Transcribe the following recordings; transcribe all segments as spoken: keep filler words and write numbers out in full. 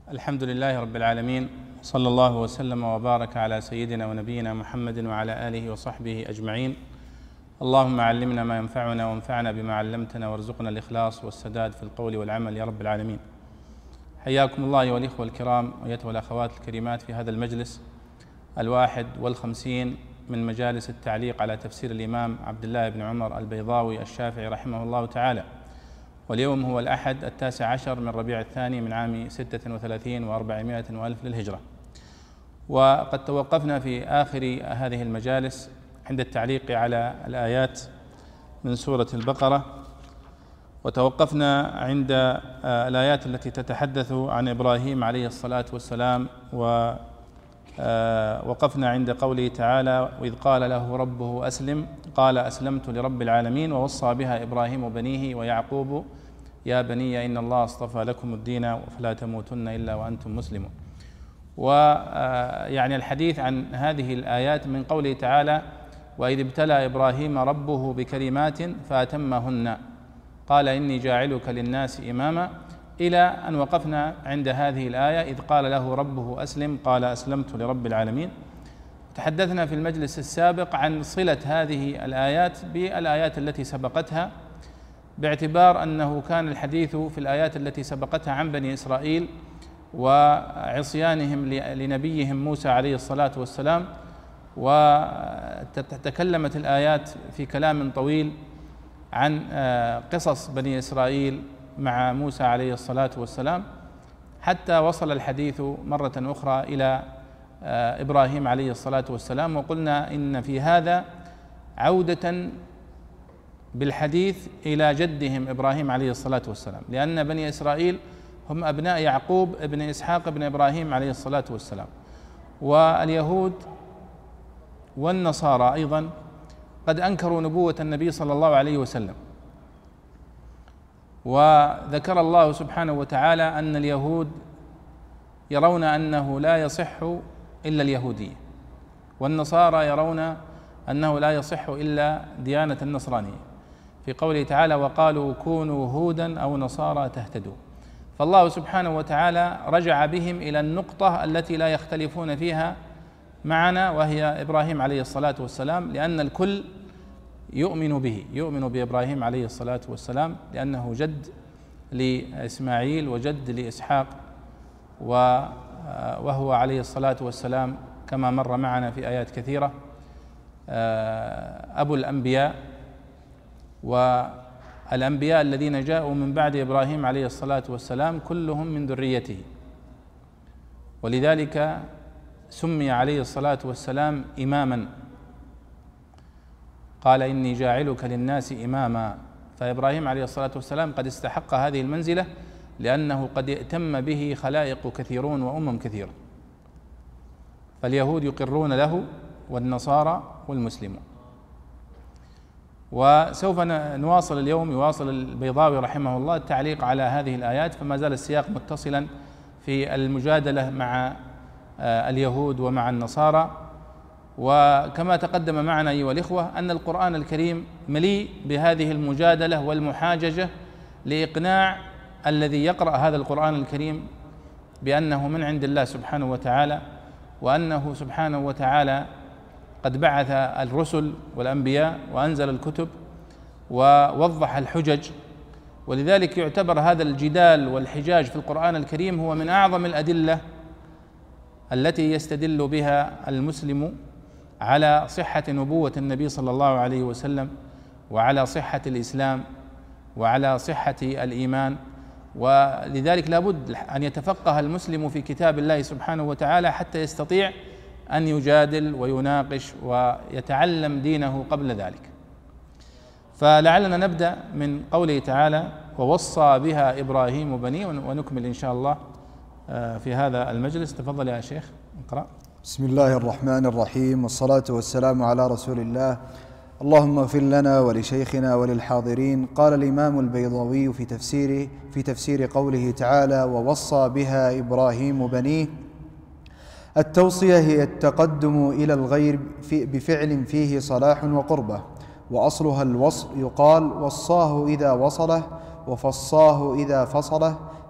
الحمد لله رب العالمين، صلى الله وسلم وبارك على سيدنا ونبينا محمد وعلى آله وصحبه أجمعين. اللهم علمنا ما ينفعنا وانفعنا بما علمتنا وارزقنا الإخلاص والسداد في القول والعمل يا رب العالمين. حياكم الله أيها الإخوة الكرام وأيتها الأخوات الكريمات في هذا المجلس الواحد والخمسين من مجالس التعليق على تفسير الإمام عبد الله بن عمر البيضاوي الشافعي رحمه الله تعالى. واليوم هو الأحد التاسع عشر من ربيع الثاني من عام ستة وثلاثين وأربعمائة وألف للهجرة. وقد توقفنا في آخر هذه المجالس عند التعليق على الآيات من سورة البقرة، وتوقفنا عند الآيات التي تتحدث عن إبراهيم عليه الصلاة والسلام، ووقفنا عند قوله تعالى: وإذ قال له ربه أسلم قال أسلمت لرب العالمين ووصى بها إبراهيم بنيه ويعقوب يا بني إن الله اصطفى لكم الدين فلا تموتن إلا وأنتم مسلمون. ويعني الحديث عن هذه الآيات من قوله تعالى: وإذ ابتلى إبراهيم ربه بكلمات فأتمهن قال إني جاعلك للناس إماما، إلى أن وقفنا عند هذه الآية: إذ قال له ربه أسلم قال أسلمت لرب العالمين. تحدثنا في المجلس السابق عن صلة هذه الآيات بالآيات التي سبقتها، باعتبار أنه كان الحديث في الآيات التي سبقتها عن بني إسرائيل وعصيانهم لنبيهم موسى عليه الصلاة والسلام، وتكلمت الآيات في كلام طويل عن قصص بني إسرائيل مع موسى عليه الصلاة والسلام، حتى وصل الحديث مرة أخرى إلى إبراهيم عليه الصلاة والسلام. وقلنا إن في هذا عودة بالحديث إلى جدهم إبراهيم عليه الصلاة والسلام، لأن بني إسرائيل هم أبناء يعقوب ابن إسحاق ابن إبراهيم عليه الصلاة والسلام، واليهود والنصارى أيضا قد أنكروا نبوة النبي صلى الله عليه وسلم. وذكر الله سبحانه وتعالى أن اليهود يرون أنه لا يصح إلا اليهودية، والنصارى يرون أنه لا يصح إلا ديانة النصرانية، في قوله تعالى: وقالوا كونوا هودا أو نصارى تهتدوا. فالله سبحانه وتعالى رجع بهم إلى النقطة التي لا يختلفون فيها معنا، وهي إبراهيم عليه الصلاة والسلام، لأن الكل يؤمن به، يؤمن بإبراهيم عليه الصلاة والسلام، لأنه جد لإسماعيل وجد لإسحاق، وهو عليه الصلاة والسلام كما مر معنا في آيات كثيرة أبو الأنبياء. والأنبياء الذين جاءوا من بعد إبراهيم عليه الصلاة والسلام كلهم من ذريته، ولذلك سمي عليه الصلاة والسلام إماما، قال إني جاعلك للناس إماما. فإبراهيم عليه الصلاة والسلام قد استحق هذه المنزلة، لأنه قد ائتم به خلائق كثيرون وأمم كثيرة، فاليهود يقرون له والنصارى والمسلمون. وسوف نواصل اليوم، يواصل البيضاوي رحمه الله التعليق على هذه الآيات، فما زال السياق متصلا في المجادلة مع اليهود ومع النصارى. وكما تقدم معنا أيها الإخوة أن القرآن الكريم مليء بهذه المجادلة والمحاججة لإقناع الذي يقرأ هذا القرآن الكريم بأنه من عند الله سبحانه وتعالى، وأنه سبحانه وتعالى قد بعث الرسل والأنبياء وأنزل الكتب ووضح الحجج. ولذلك يعتبر هذا الجدال والحجاج في القرآن الكريم هو من أعظم الأدلة التي يستدل بها المسلم على صحة نبوة النبي صلى الله عليه وسلم، وعلى صحة الإسلام، وعلى صحة الإيمان. ولذلك لا بد أن يتفقه المسلم في كتاب الله سبحانه وتعالى حتى يستطيع أن يجادل ويناقش ويتعلم دينه قبل ذلك. فلعلنا نبدأ من قوله تعالى: ووصى بها إبراهيم بنيه، ونكمل إن شاء الله في هذا المجلس. تفضل يا شيخ اقرأ. بسم الله الرحمن الرحيم، والصلاة والسلام على رسول الله. اللهم اغفر لنا ولشيخنا وللحاضرين. قال الإمام البيضاوي في تفسيره في تفسير قوله تعالى: ووصى بها إبراهيم بنيه: التوصية هي التقدم إلى الغير بفعل فيه صلاح وقربة، وأصلها الوصل، يقال وصاه إذا وصله وفصاه إذا فصله،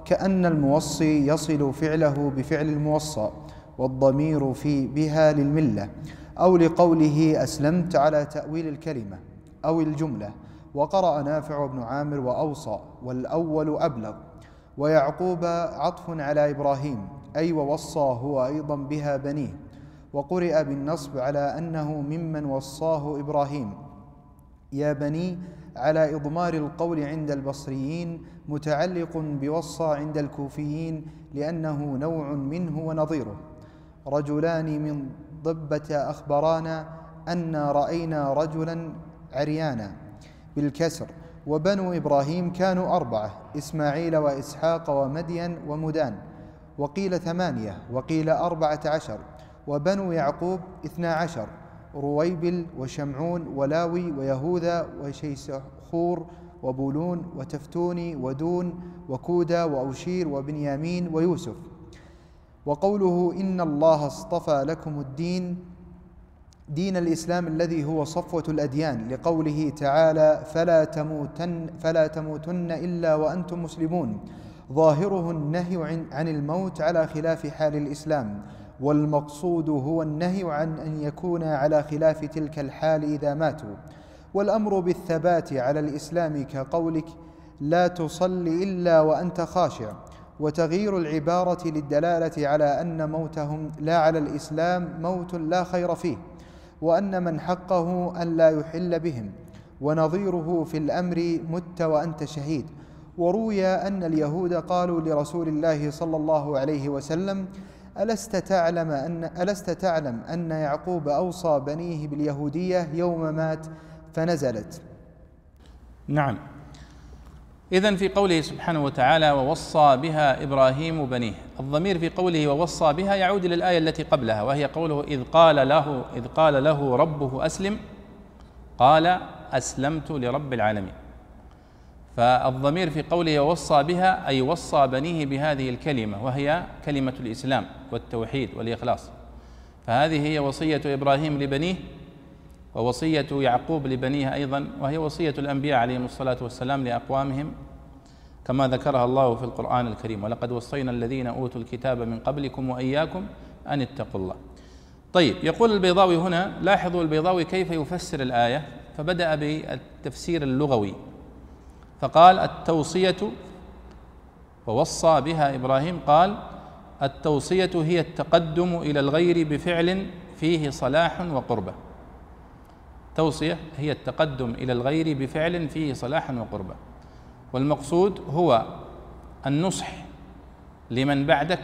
كأن الموصي يصل فعله بفعل الموصى، والضمير في بها للملة، أو لقوله أسلمت على تأويل الكلمة أو الجملة. وقرأ نافع بن عامر وأوصى، والأول أبلغ. ويعقوب عطف على إبراهيم، أي ووصى هو أيضا بها بنيه. وقرئ بالنصب على أنه ممن وصاه إبراهيم، يا بني، على إضمار القول عند البصريين، متعلق بوصى عند الكوفيين لأنه نوع منه ونظيره. رجلان من ضبة أخبرانا أنا رأينا رجلا عريانا بالكسر. وبنو إبراهيم كانوا أربعة: إسماعيل وإسحاق ومدين ومدان، وقيل ثمانية وقيل أربعة عشر. وبنو يعقوب اثنا عشر: رويبل وشمعون ولاوي ويهوذا وشيسخور وبولون وتفتوني ودون وكودا وأوشير وبنيامين ويوسف. وقوله إن الله اصطفى لكم الدين، دين الإسلام الذي هو صفوة الأديان، لقوله تعالى فلا تموتن, فلا تموتن إلا وأنتم مسلمون، ظاهره النهي عن الموت على خلاف حال الإسلام، والمقصود هو النهي عن أن يكون على خلاف تلك الحال إذا ماتوا. والأمر بالثبات على الإسلام كقولك لا تصل إلا وأنت خاشع، وتغيير العبارة للدلالة على أن موتهم لا على الإسلام موت لا خير فيه، وأن من حقه أن لا يحل بهم. ونظيره في الأمر مت وأنت شهيد. وروي أن اليهود قالوا لرسول الله صلى الله عليه وسلم ألست تعلم أن, ألست تعلم أن يعقوب أوصى بنيه باليهودية يوم مات؟ فنزلت. نعم. إذن في قوله سبحانه وتعالى ووصى بها إبراهيم بنيه، الضمير في قوله ووصى بها يعود إلى الآية التي قبلها، وهي قوله إذ قال له, إذ قال له ربه أسلم قال أسلمت لرب العالمين. فالضمير في قوله ووصى بها أي وصى بنيه بهذه الكلمة، وهي كلمة الإسلام والتوحيد والإخلاص. فهذه هي وصية إبراهيم لبنيه، ووصية يعقوب لبنيه أيضا، وهي وصية الأنبياء عليهم الصلاة والسلام لأقوامهم كما ذكرها الله في القرآن الكريم: ولقد وصينا الذين أوتوا الكتاب من قبلكم وإياكم أن اتقوا الله. طيب، يقول البيضاوي هنا، لاحظوا البيضاوي كيف يفسر الآية، فبدأ بالتفسير اللغوي فقال التوصية ووصى بها إبراهيم، قال التوصية هي التقدم إلى الغير بفعل فيه صلاح وقربة. توصية هي التقدم إلى الغير بفعل فيه صلاح وقربة، والمقصود هو النصح لمن بعدك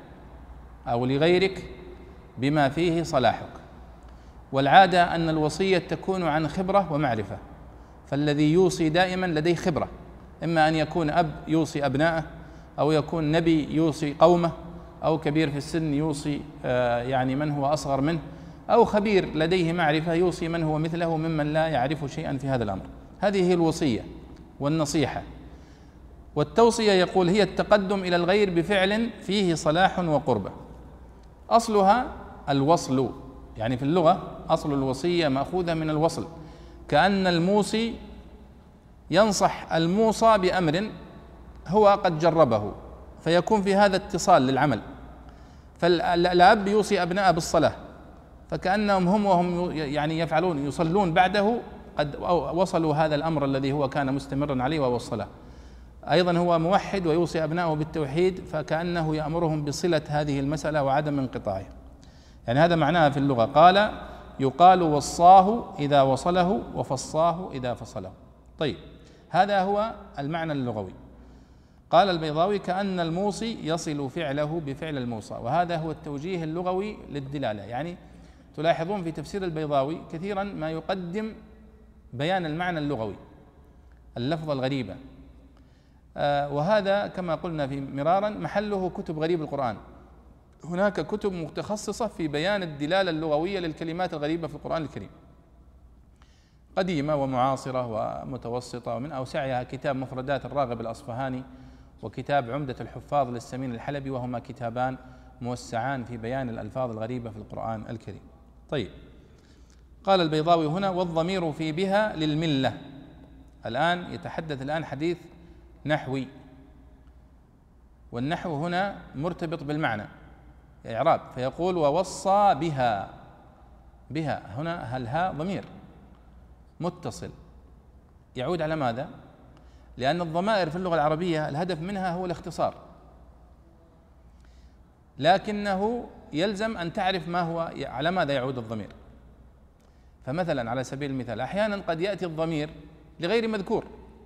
أو لغيرك بما فيه صلاحك. والعادة أن الوصية تكون عن خبرة ومعرفة، فالذي يوصي دائما لديه خبرة، إما أن يكون أب يوصي أبنائه، أو يكون نبي يوصي قومه، أو كبير في السن يوصي يعني من هو أصغر منه، أو خبير لديه معرفة يوصي من هو مثله ممن لا يعرف شيئا في هذا الأمر. هذه هي الوصية والنصيحة. والتوصية يقول هي التقدم إلى الغير بفعل فيه صلاح وقربة. أصلها الوصل، يعني في اللغة أصل الوصية مأخوذة من الوصل، كأن الموصي ينصح الموصى بأمر هو قد جربه، فيكون في هذا اتصال للعمل. فالأب يوصي أبناءه بالصلاة، فكأنهم هم وهم يعني يفعلون يصلون بعده قد وصلوا هذا الأمر الذي هو كان مستمرا عليه وهو الصلاة. أيضا هو موحد ويوصي أبنائه بالتوحيد، فكأنه يأمرهم بصلة هذه المسألة وعدم انقطاعها. يعني هذا معناها في اللغة. قال يقال وصاه إذا وصله وفصاه إذا فصله. طيب، هذا هو المعنى اللغوي. قال البيضاوي كأن الموصي يصل فعله بفعل الموصى، وهذا هو التوجيه اللغوي للدلالة. يعني تلاحظون في تفسير البيضاوي كثيرا ما يقدم بيان المعنى اللغوي، اللفظة الغريبة، آه وهذا كما قلنا في مرارا محله كتب غريب القرآن. هناك كتب متخصصة في بيان الدلالة اللغوية للكلمات الغريبة في القرآن الكريم، قديمة ومعاصرة ومتوسطة، ومن أوسعها كتاب مفردات الراغب الأصفهاني وكتاب عمدة الحفاظ للسمين الحلبي، وهما كتابان موسعان في بيان الألفاظ الغريبة في القرآن الكريم. طيب، قال البيضاوي هنا والضمير في بها للملة. الآن يتحدث الآن حديث نحوي، والنحو هنا مرتبط بالمعنى إعراب، فيقول ووصى بها. بها هنا الهاء ضمير متصل يعود على ماذا؟ لأن الضمائر في اللغة العربية الهدف منها هو الاختصار، لكنه يلزم أن تعرف ما هو على ماذا يعود الضمير. فمثلا على سبيل المثال أحيانا قد يأتي الضمير لغير مذكور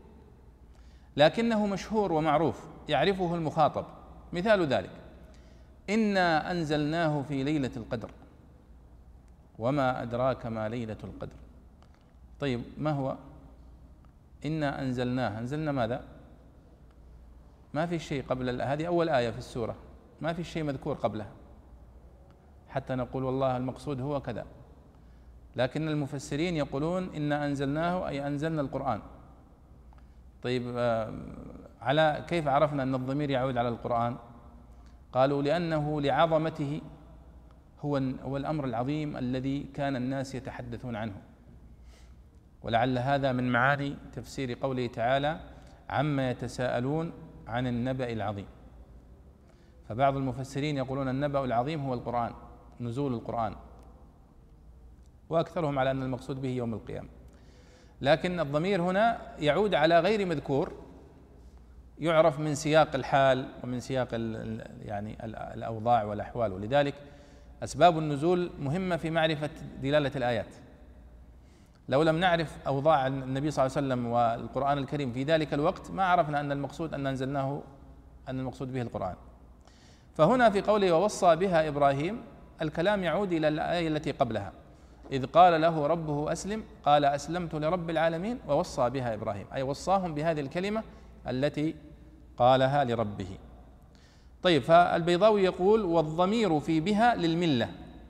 لكنه مشهور ومعروف يعرفه المخاطب. مثال ذلك إنا أنزلناه في ليلة القدر وما أدراك ما ليلة القدر. طيب ما هو إنا أنزلناه؟ أنزلنا ماذا؟ ما في شيء قبل، هذه أول آية في السورة، ما في شيء مذكور قبلها حتى نقول والله المقصود هو كذا. لكن المفسرين يقولون إنا أنزلناه أي أنزلنا القرآن. طيب على كيف عرفنا أن الضمير يعود على القرآن؟ قالوا لأنه لعظمته هو هو الأمر العظيم الذي كان الناس يتحدثون عنه، ولعل هذا من معاني تفسير قوله تعالى عما يتساءلون عن النبأ العظيم. فبعض المفسرين يقولون النبأ العظيم هو القرآن، نزول القرآن، وأكثرهم على أن المقصود به يوم القيامة. لكن الضمير هنا يعود على غير مذكور يعرف من سياق الحال ومن سياق ال يعني الأوضاع والأحوال، ولذلك أسباب النزول مهمة في معرفة دلالة الآيات. لو لم نعرف أوضاع النبي صلى الله عليه وسلم والقرآن الكريم في ذلك الوقت ما عرفنا أن المقصود أن أنزلناه أن المقصود به القرآن. فهنا في قوله ووصى بها إبراهيم الكلام يعود إلى الآية التي قبلها إذ قال له ربه أسلم قال أسلمت لرب العالمين ووصى بها إبراهيم، أي وصاهم بهذه الكلمة التي قالها لربه. طيب فالبيضاوي يقول والضمير في بها للملة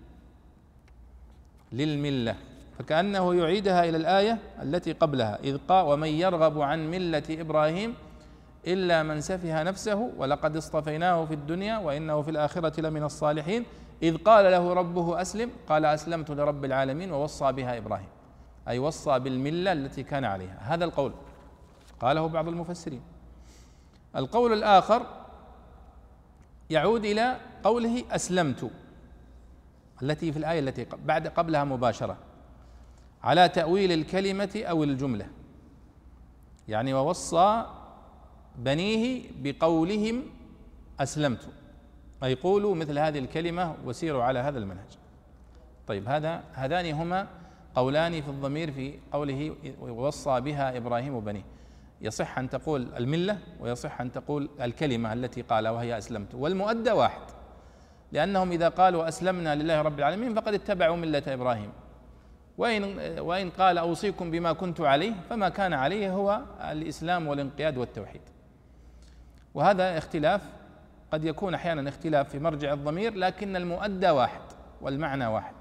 للملة فكأنه يعيدها إلى الآية التي قبلها إذ قال ومن يرغب عن ملة إبراهيم إلا من سفه نفسه ولقد اصطفيناه في الدنيا وإنه في الآخرة لمن الصالحين إذ قال له ربه أسلم قال أسلمت لرب العالمين ووصى بها إبراهيم، أي وصى بالملة التي كان عليها. هذا القول قاله بعض المفسرين. القول الآخر يعود إلى قوله أسلمت التي في الآية التي بعد قبلها مباشرة على تأويل الكلمة أو الجملة، يعني ووصى بنيه بقولهم أسلمت، أي قولوا مثل هذه الكلمة وسيروا على هذا المنهج. طيب هذا هذان هما قولان في الضمير في قوله ووصى بها إبراهيم بنيه، يصح أن تقول الملة ويصح أن تقول الكلمة التي قالها وهي أسلمت، والمؤدى واحد، لأنهم إذا قالوا أسلمنا لله رب العالمين فقد اتبعوا ملة إبراهيم، وإن وإن قال أوصيكم بما كنت عليه فما كان عليه هو الإسلام والانقياد والتوحيد. وهذا اختلاف قد يكون أحيانا اختلاف في مرجع الضمير لكن المؤدى واحد والمعنى واحد.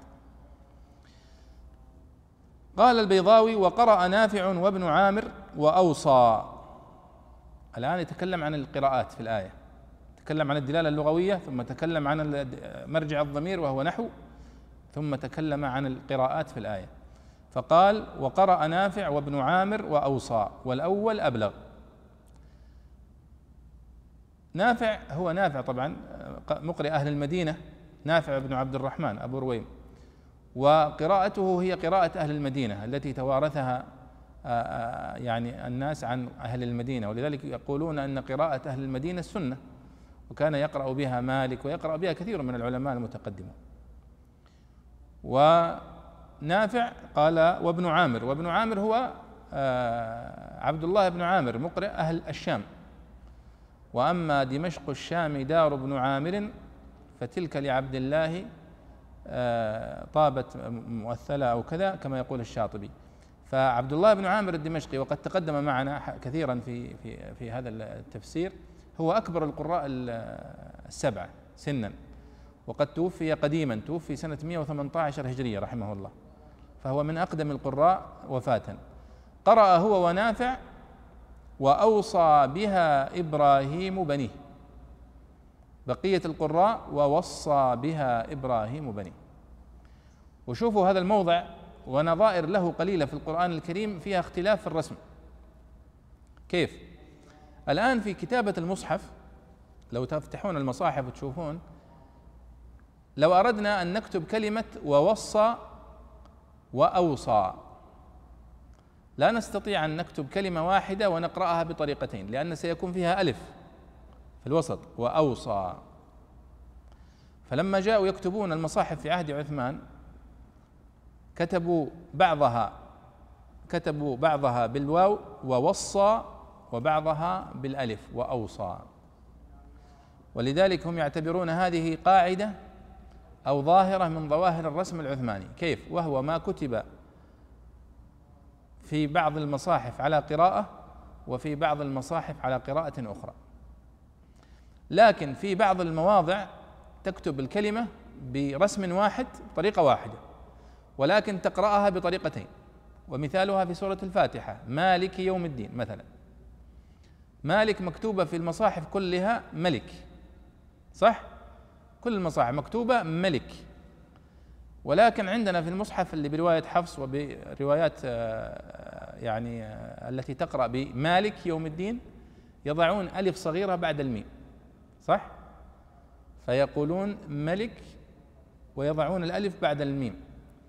قال البيضاوي وقرأ نافع وابن عامر وأوصى. الآن يتكلم عن القراءات في الآية، تكلم عن الدلالة اللغوية ثم تكلم عن مرجع الضمير وهو نحو ثم تكلم عن القراءات في الآية. فقال وقرأ نافع وابن عامر وأوصى، والأول أبلغ. نافع هو نافع طبعا مقرئ أهل المدينة، نافع بن عبد الرحمن أبو رويم، وقراءته هي قراءة أهل المدينة التي توارثها يعني الناس عن أهل المدينة، ولذلك يقولون أن قراءة أهل المدينة السنة، وكان يقرأ بها مالك ويقرأ بها كثير من العلماء المتقدمون. ونافع قال وابن عامر، وابن عامر هو عبد الله بن عامر مقرئ أهل الشام. وأما دمشق الشام دار ابن عامر فتلك لعبد الله طابت مؤثلة أو كذا كما يقول الشاطبي. فعبد الله بن عامر الدمشقي وقد تقدم معنا كثيرا في في في هذا التفسير هو أكبر القراء السبعة سنا، وقد توفي قديما، توفي سنة مئة وثمانية عشر هجرية رحمه الله، فهو من أقدم القراء وفاة. قرأ هو ونافع وأوصى بها إبراهيم بنيه، بقية القراء ووصى بها إبراهيم بنيه. وشوفوا هذا الموضع ونظائر له قليلة في القرآن الكريم فيها اختلاف في الرسم. كيف؟ الآن في كتابة المصحف لو تفتحون المصاحف وتشوفون، لو أردنا أن نكتب كلمة ووصى وأوصى لا نستطيع أن نكتب كلمة واحدة ونقرأها بطريقتين، لأن سيكون فيها ألف في الوسط وأوصى. فلما جاءوا يكتبون المصاحف في عهد عثمان كتبوا بعضها كتبوا بعضها بالواو ووصى، وبعضها بالألف وأوصى. ولذلك هم يعتبرون هذه قاعدة أو ظاهرة من ظواهر الرسم العثماني. كيف؟ وهو ما كتب في بعض المصاحف على قراءة وفي بعض المصاحف على قراءة أخرى، لكن في بعض المواضع تكتب الكلمة برسم واحد بطريقة واحدة، ولكن تقرأها بطريقتين. ومثالها في سورة الفاتحة مالك يوم الدين مثلا، مالك مكتوبة في المصاحف كلها ملك، صح؟ كل المصاحف مكتوبة ملك، ولكن عندنا في المصحف اللي برواية حفص وبروايات يعني التي تقرأ بمالك يوم الدين يضعون ألف صغيرة بعد الميم، صح؟ فيقولون ملك ويضعون الألف بعد الميم،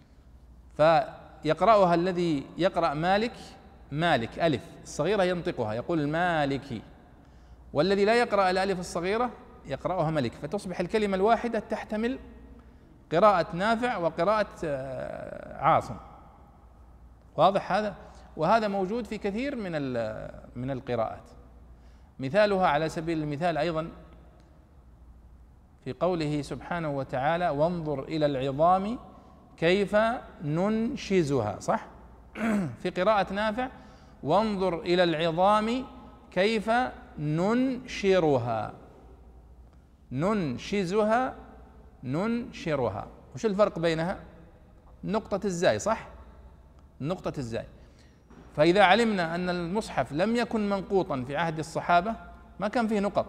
فيقرأها الذي يقرأ مالك مالك ألف الصغيرة ينطقها يقول مالكي، والذي لا يقرأ الألف الصغيرة يقرأها ملك، فتصبح الكلمة الواحدة تحتمل قراءة نافع وقراءة عاصم. واضح هذا؟ وهذا موجود في كثير من من القراءات. مثالها على سبيل المثال أيضا في قوله سبحانه وتعالى وانظر إلى العظام كيف ننشزها، صح؟ في قراءة نافع وانظر إلى العظام كيف ننشرها، ننشزها ننشرها. وش الفرق بينها؟ نقطة الزاي، صح؟ نقطة الزاي. فإذا علمنا أن المصحف لم يكن منقوطا في عهد الصحابة ما كان فيه نقط،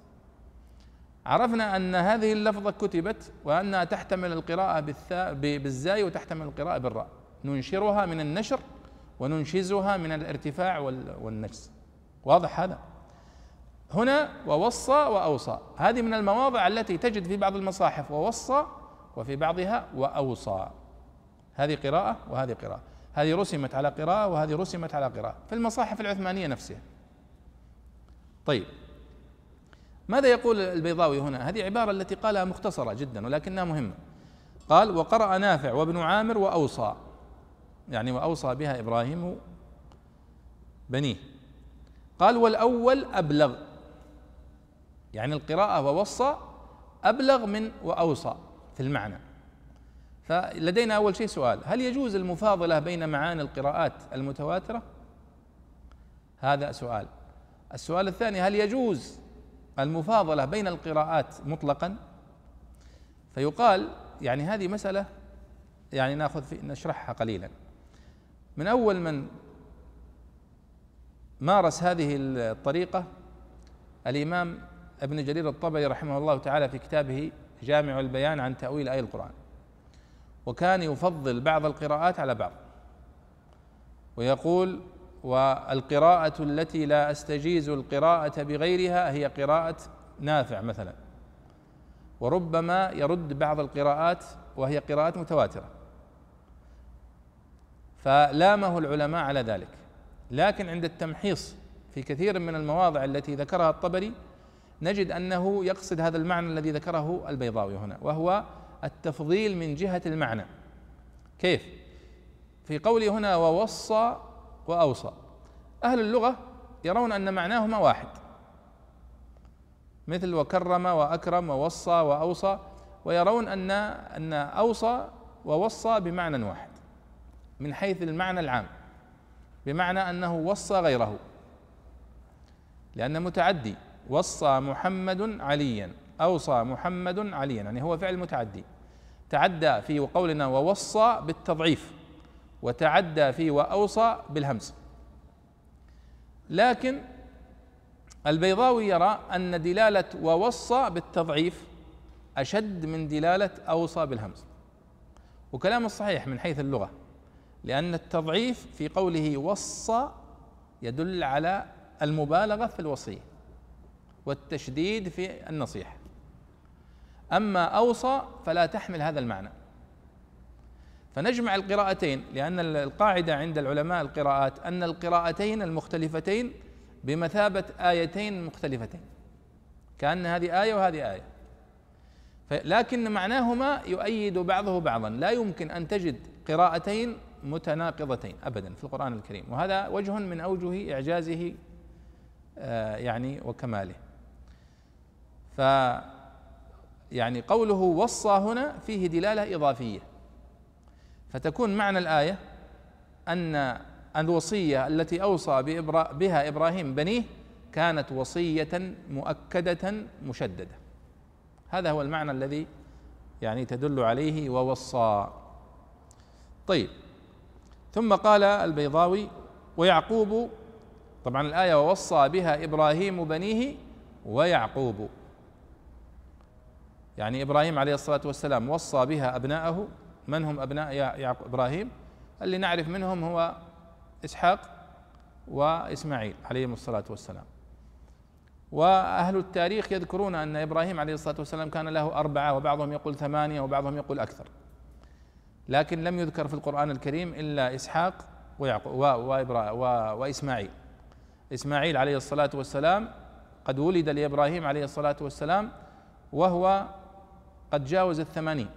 عرفنا أن هذه اللفظة كتبت وأنها تحتمل القراءة بالزاي وتحتمل القراءة بالراء، ننشرها من النشر وننشزها من الارتفاع والنجس. واضح هذا؟ هنا ووصى وأوصى، هذه من المواضع التي تجد في بعض المصاحف ووصى وفي بعضها وأوصى، هذه قراءة وهذه قراءة، هذه رسمت على قراءة وهذه رسمت على قراءة في المصاحف العثمانية نفسها. طيب، ماذا يقول البيضاوي هنا؟ هذه عبارة التي قالها مختصرة جدا ولكنها مهمة. قال وقرأ نافع وابن عامر وأوصى، يعني وأوصى بها إبراهيم بنيه. قال والأول أبلغ، يعني القراءة ووصى أبلغ من وأوصى في المعنى. فلدينا أول شيء سؤال: هل يجوز المفاضلة بين معاني القراءات المتواترة؟ هذا سؤال. السؤال الثاني: هل يجوز المفاضلة بين القراءات مطلقا؟ فيقال يعني هذه مسألة يعني ناخذ في نشرحها قليلا. من أول من مارس هذه الطريقة الإمام ابن جرير الطبري رحمه الله تعالى في كتابه جامع البيان عن تأويل آي القرآن، وكان يفضل بعض القراءات على بعض ويقول: والقراءة التي لا أستجيز القراءة بغيرها هي قراءة نافع مثلا، وربما يرد بعض القراءات وهي قراءات متواترة، فلامه العلماء على ذلك. لكن عند التمحيص في كثير من المواضع التي ذكرها الطبري نجد أنه يقصد هذا المعنى الذي ذكره البيضاوي هنا، وهو التفضيل من جهة المعنى. كيف؟ في قوله هنا ووصى وأوصى، أهل اللغة يرون أن معناهما واحد، مثل وكرم وأكرم ووصى وأوصى، ويرون أن أن أوصى ووصى بمعنى واحد من حيث المعنى العام، بمعنى أنه وصى غيره، لأن متعدي، وصى محمد عليا، أوصى محمد عليا، يعني هو فعل متعدي، تعدى في قولنا ووصى بالتضعيف، وتعدى في وأوصى بالهمز. لكن البيضاوي يرى أن دلالة ووصى بالتضعيف أشد من دلالة أوصى بالهمز، وكلام الصحيح من حيث اللغة، لأن التضعيف في قوله وصى يدل على المبالغة في الوصية، والتشديد في النصيحة. أما أوصى فلا تحمل هذا المعنى. فنجمع القراءتين، لأن القاعدة عند العلماء القراءات أن القراءتين المختلفتين بمثابة آيتين مختلفتين، كأن هذه آية وهذه آية، لكن معناهما يؤيد بعضه بعضا. لا يمكن أن تجد قراءتين متناقضتين أبدا في القرآن الكريم، وهذا وجه من أوجه إعجازه يعني وكماله. ف يعني قوله وصى هنا فيه دلالة إضافية، فتكون معنى الآية أن الوصية التي أوصى بها إبراهيم بنيه كانت وصية مؤكدة مشددة. هذا هو المعنى الذي يعني تدل عليه ووصى. طيب، ثم قال البيضاوي ويعقوب، طبعا الآية ووصى بها إبراهيم بنيه ويعقوب، يعني إبراهيم عليه الصلاة والسلام وصى بها أبناءه. من هم أبناء يعقوب إبراهيم؟ اللي نعرف منهم هو إسحاق وإسماعيل عليهم الصلاة والسلام. وأهل التاريخ يذكرون أن إبراهيم عليه الصلاة والسلام كان له أربعة، وبعضهم يقول ثمانية، وبعضهم يقول أكثر، لكن لم يذكر في القرآن الكريم إلا إسحاق ويعقوب وإسماعيل. إسماعيل عليه الصلاة والسلام قد ولد لإبراهيم عليه الصلاة والسلام وهو قد جاوز الثمانين،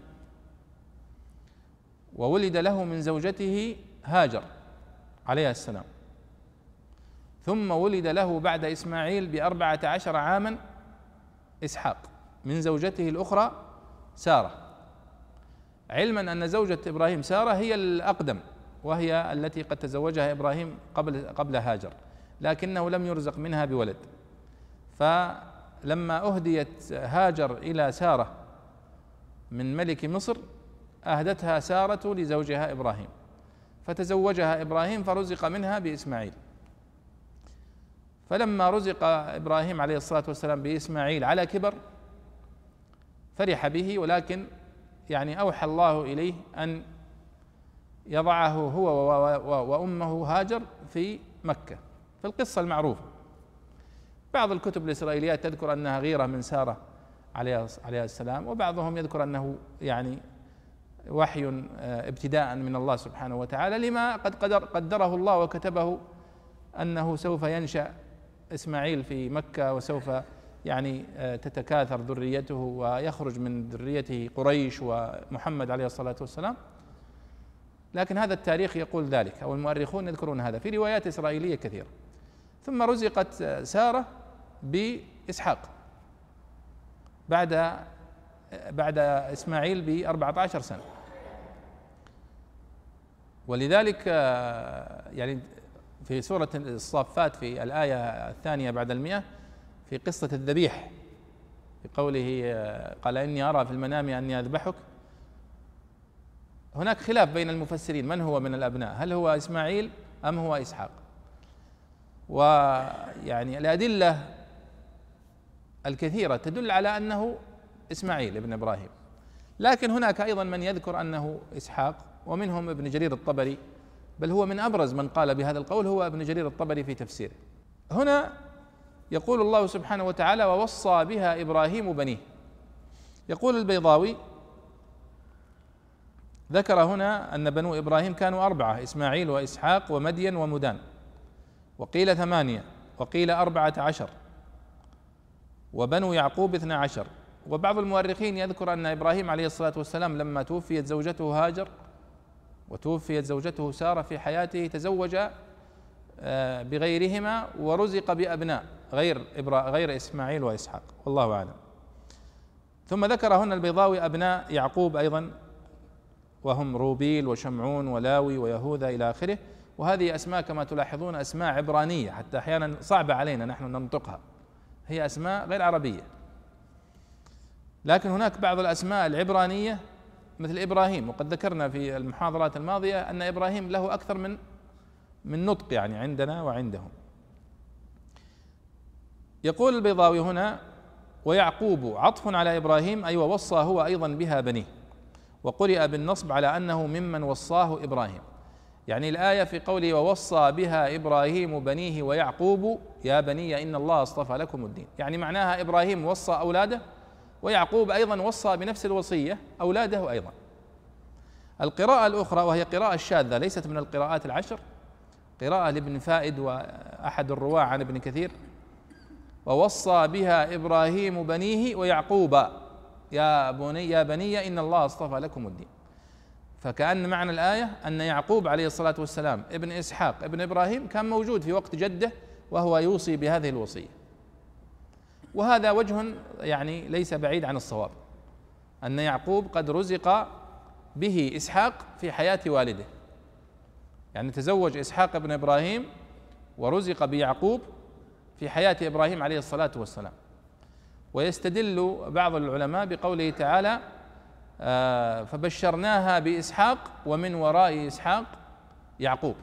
وولد له من زوجته هاجر عليها السلام، ثم ولد له بعد إسماعيل بأربعة عشر عاما إسحاق من زوجته الأخرى سارة، علما أن زوجة إبراهيم سارة هي الأقدم، وهي التي قد تزوجها إبراهيم قبل قبل هاجر، لكنه لم يرزق منها بولد. فلما أهديت هاجر إلى سارة من ملك مصر أهدتها سارة لزوجها إبراهيم، فتزوجها إبراهيم فرزق منها بإسماعيل. فلما رزق إبراهيم عليه الصلاة والسلام بإسماعيل على كبر فرح به، ولكن يعني أوحى الله إليه أن يضعه هو وأمه هاجر في مكة، في القصة المعروفة. بعض الكتب الإسرائيليات تذكر أنها غيرة من سارة عليها السلام، وبعضهم يذكر أنه يعني وحي ابتداء من الله سبحانه وتعالى لما قد قدر قدره الله وكتبه أنه سوف ينشأ إسماعيل في مكة، وسوف يعني تتكاثر ذريته ويخرج من ذريته قريش ومحمد عليه الصلاة والسلام. لكن هذا التاريخ يقول ذلك، أو المؤرخون يذكرون هذا في روايات إسرائيلية كثيرة. ثم رزقت سارة بإسحاق بعد بعد إسماعيل بأربعة عشر سنة، ولذلك يعني في سورة الصافات في الآية الثانية بعد المئة في قصة الذبيح في قوله قال إني أرى في المنام أني أذبحك، هناك خلاف بين المفسرين من هو من الأبناء، هل هو إسماعيل أم هو إسحاق؟ ويعني الأدلة الكثيرة تدل على أنه إسماعيل ابن إبراهيم، لكن هناك أيضا من يذكر أنه إسحاق، ومنهم ابن جرير الطبري، بل هو من أبرز من قال بهذا القول هو ابن جرير الطبري في تفسيره. هنا يقول الله سبحانه وتعالى ووصى بها إبراهيم بنيه. يقول البيضاوي ذكر هنا أن بنو إبراهيم كانوا أربعة، إسماعيل وإسحاق ومدين ومدان، وقيل ثمانية، وقيل أربعة عشر، وبنو يعقوب اثنى عشر. وبعض المؤرخين يذكر أن إبراهيم عليه الصلاة والسلام لما توفيت زوجته هاجر وتوفيت زوجته سارة في حياته تزوج بغيرهما ورزق بأبناء غير غير إسماعيل وإسحاق، والله أعلم. ثم ذكر هنا البيضاوي أبناء يعقوب أيضا، وهم روبيل وشمعون ولاوي ويهوذا إلى آخره، وهذه أسماء كما تلاحظون أسماء عبرانية، حتى أحيانا صعبة علينا نحن ننطقها، هي أسماء غير عربية. لكن هناك بعض الأسماء العبرانية مثل إبراهيم، وقد ذكرنا في المحاضرات الماضية أن إبراهيم له أكثر من من نطق يعني عندنا وعندهم. يقول البيضاوي هنا ويعقوب عطف على إبراهيم، أي ووصى هو أيضا بها بنيه، وقرئ بالنصب على أنه ممن وصاه إبراهيم، يعني الآية في قوله ووصى بها إبراهيم بنيه ويعقوب يا بني إن الله اصطفى لكم الدين، يعني معناها إبراهيم وصى أولاده، ويعقوب أيضا وصى بنفس الوصية أولاده أيضا. القراءة الأخرى وهي قراءة شاذة ليست من القراءات العشر، قراءة لابن فائد وأحد الرواة عن ابن كثير، ووصى بها إبراهيم بنيه ويعقوب يا بني يا بني إن الله اصطفى لكم الدين. فكأن معنى الآية أن يعقوب عليه الصلاة والسلام ابن إسحاق ابن إبراهيم كان موجود في وقت جده وهو يوصي بهذه الوصية، وهذا وجه يعني ليس بعيد عن الصواب، أن يعقوب قد رزق به إسحاق في حياة والده، يعني تزوج إسحاق ابن إبراهيم ورزق بيعقوب في حياة إبراهيم عليه الصلاة والسلام. ويستدل بعض العلماء بقوله تعالى آه فبشرناها بإسحاق ومن وراء إسحاق يعقوب،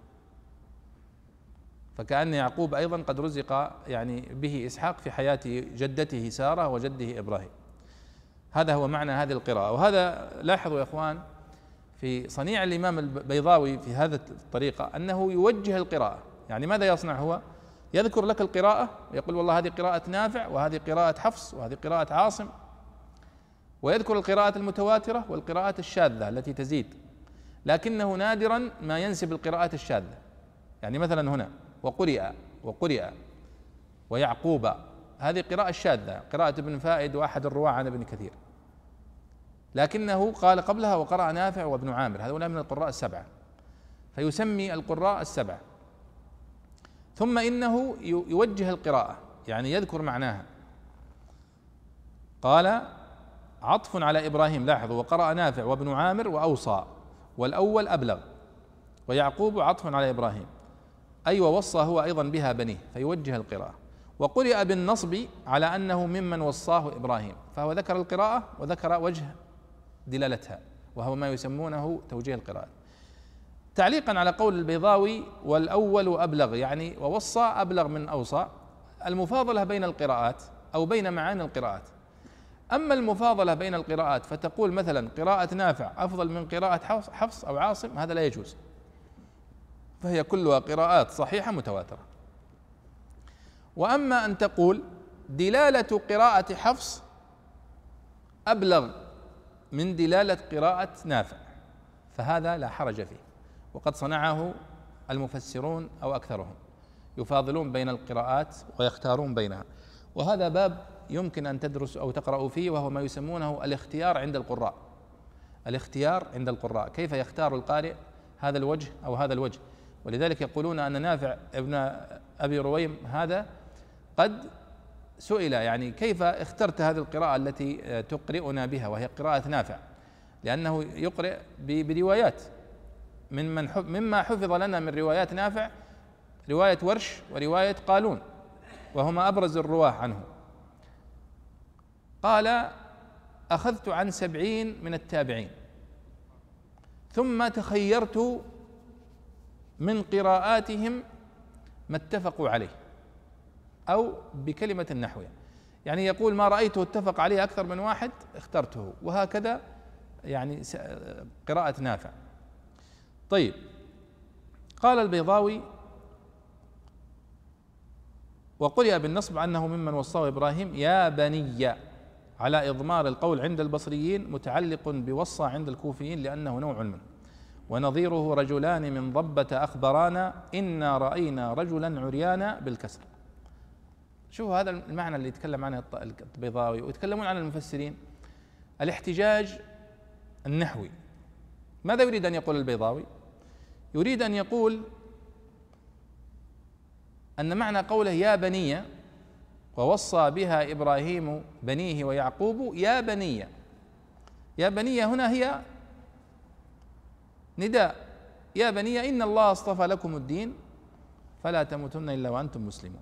فكأن يعقوب أيضا قد رزق يعني به إسحاق في حياة جدته سارة وجده إبراهيم. هذا هو معنى هذه القراءة. وهذا لاحظوا يا إخوان في صنيع الإمام البيضاوي في هذه الطريقة أنه يوجه القراءة، يعني ماذا يصنع هو؟ يذكر لك القراءة ويقول والله هذه قراءة نافع وهذه قراءة حفص وهذه قراءة عاصم، ويذكر القراءة المتواترة والقراءات الشاذة التي تزيد، لكنه نادرا ما ينسب القراءات الشاذة. يعني مثلا هنا وقرئ وقرئ ويعقوب، هذه قراءة شاذة، قراءة ابن فائد وأحد الرواة عن ابن كثير، لكنه قال قبلها وقرأ نافع وابن عامر، هذولا من القراء السبعة، فيسمي القراء السبعة. ثم إنه يوجه القراءة، يعني يذكر معناها. قال عطف على إبراهيم، لاحظوا وقرأ نافع وابن عامر وأوصى، والأول أبلغ، ويعقوب عطف على إبراهيم، أي ووصى هو أيضا بها بنيه، فيوجه القراءة. وقرئ بالنصب على أنه ممن وصاه إبراهيم، فهو ذكر القراءة وذكر وجه دلالتها، وهو ما يسمونه توجيه القراءة. تعليقا على قول البيضاوي والأول أبلغ، يعني ووصى أبلغ من أوصى، المفاضلة بين القراءات أو بين معاني القراءات. أما المفاضلة بين القراءات فتقول مثلا قراءة نافع أفضل من قراءة حفص أو عاصم، هذا لا يجوز، فهي كلها قراءات صحيحة متواترة. وأما أن تقول دلالة قراءة حفص أبلغ من دلالة قراءة نافع، فهذا لا حرج فيه، وقد صنعه المفسرون أو أكثرهم، يفاضلون بين القراءات ويختارون بينها. وهذا باب يمكن أن تدرس أو تقرأ فيه، وهو ما يسمونه الاختيار عند القراء. الاختيار عند القراء، كيف يختار القارئ هذا الوجه أو هذا الوجه. ولذلك يقولون أن نافع ابن أبي رويم هذا قد سئل يعني كيف اخترت هذه القراءة التي تقرئنا بها وهي قراءة نافع، لأنه يقرئ بروايات من مما حفظ لنا من روايات نافع رواية ورش ورواية قالون، وهما أبرز الرواة عنه. قال أخذت عن سبعين من التابعين، ثم تخيرت من قراءاتهم ما اتفقوا عليه، أو بكلمة نحوها، يعني يقول ما رأيته اتفق عليه أكثر من واحد اخترته، وهكذا يعني قراءة نافع. طيب، قال البيضاوي وقرئ بالنصب أنه ممن وصاه إبراهيم يا بني، على إضمار القول عند البصريين متعلق بوصى عند الكوفيين لأنه نوع منه، ونظيره رجلان من ضبة أخبرانا إنا رأينا رجلا عريانا بالكسر. شوفوا هذا المعنى اللي يتكلم عنه البيضاوي ويتكلمون عن المفسرين، الاحتجاج النحوي. ماذا يريد أن يقول البيضاوي؟ يريد أن يقول أن معنى قوله يا بني ووصى بها إبراهيم بنيه ويعقوب يا بني، يا بني هنا هي نداء، يا بني إن الله اصطفى لكم الدين فلا تموتن إلا وأنتم مسلمون.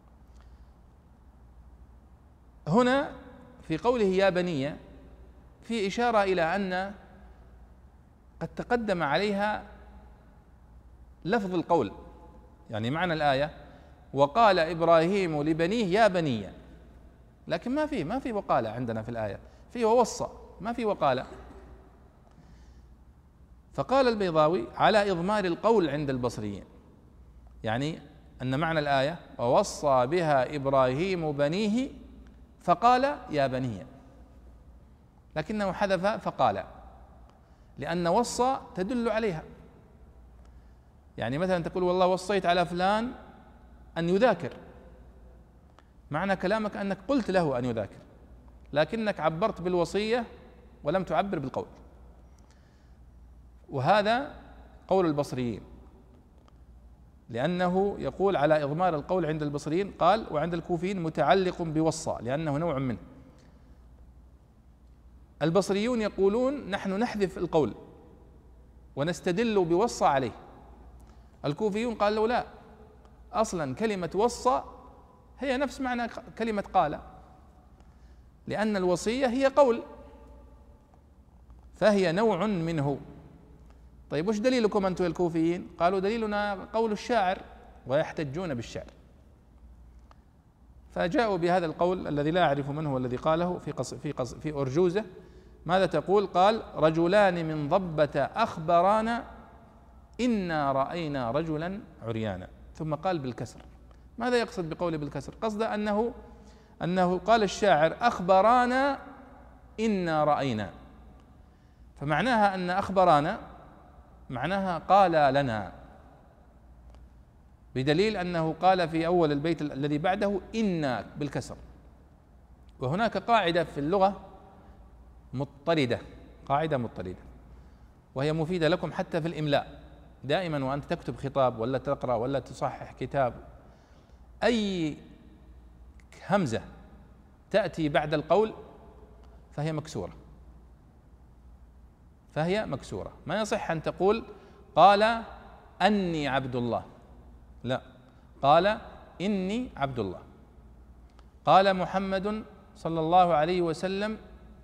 هنا في قوله يا بني في إشارة إلى أن قد تقدم عليها لفظ القول، يعني معنى الآية وقال إبراهيم لبنيه يا بني، لكن ما في ما في وقال عندنا في الآية، في ووصى، ما في وقال. فقال البيضاوي على إضمار القول عند البصريين، يعني أن معنى الآية ووصى بها إبراهيم بنيه فقال يا بني، لكنه حذف فقال، لأن وصى تدل عليها. يعني مثلا تقول والله وصيت على فلان أن يذاكر، معنى كلامك أنك قلت له أن يذاكر، لكنك عبرت بالوصية ولم تعبر بالقول. وهذا قول البصريين، لأنه يقول على إضمار القول عند البصريين. قال وعند الكوفيين متعلق بوصى لأنه نوع منه. البصريون يقولون نحن نحذف القول ونستدل بوصى عليه. الكوفيون قالوا لا، أصلا كلمة وصى هي نفس معنى كلمة قال، لأن الوصية هي قول فهي نوع منه. طيب وش دليلكم أنتم الكوفيين؟ قالوا دليلنا قول الشاعر ويحتجون بالشعر. فجاءوا بهذا القول الذي لا أعرف من هو الذي قاله في قص في قص في أرجوزة. ماذا تقول؟ قال رجلان من ضبة أخبرانا إنا رأينا رجلا عريانا، ثم قال بالكسر. ماذا يقصد بقوله بالكسر؟ قصد أنه أنه قال الشاعر أخبرانا إنا رأينا، فمعناها أن أخبرانا معناها قال لنا، بدليل أنه قال في أول البيت الذي بعده إنا بالكسر. وهناك قاعدة في اللغة مضطردة، قاعدة مضطردة وهي مفيدة لكم حتى في الإملاء. دائما وأنت تكتب خطاب ولا تقرأ ولا تصحح كتاب، أي همزة تأتي بعد القول فهي مكسورة، فهي مكسورة. ما يصح أن تقول قال أني عبد الله، لا، قال إني عبد الله. قال محمد صلى الله عليه وسلم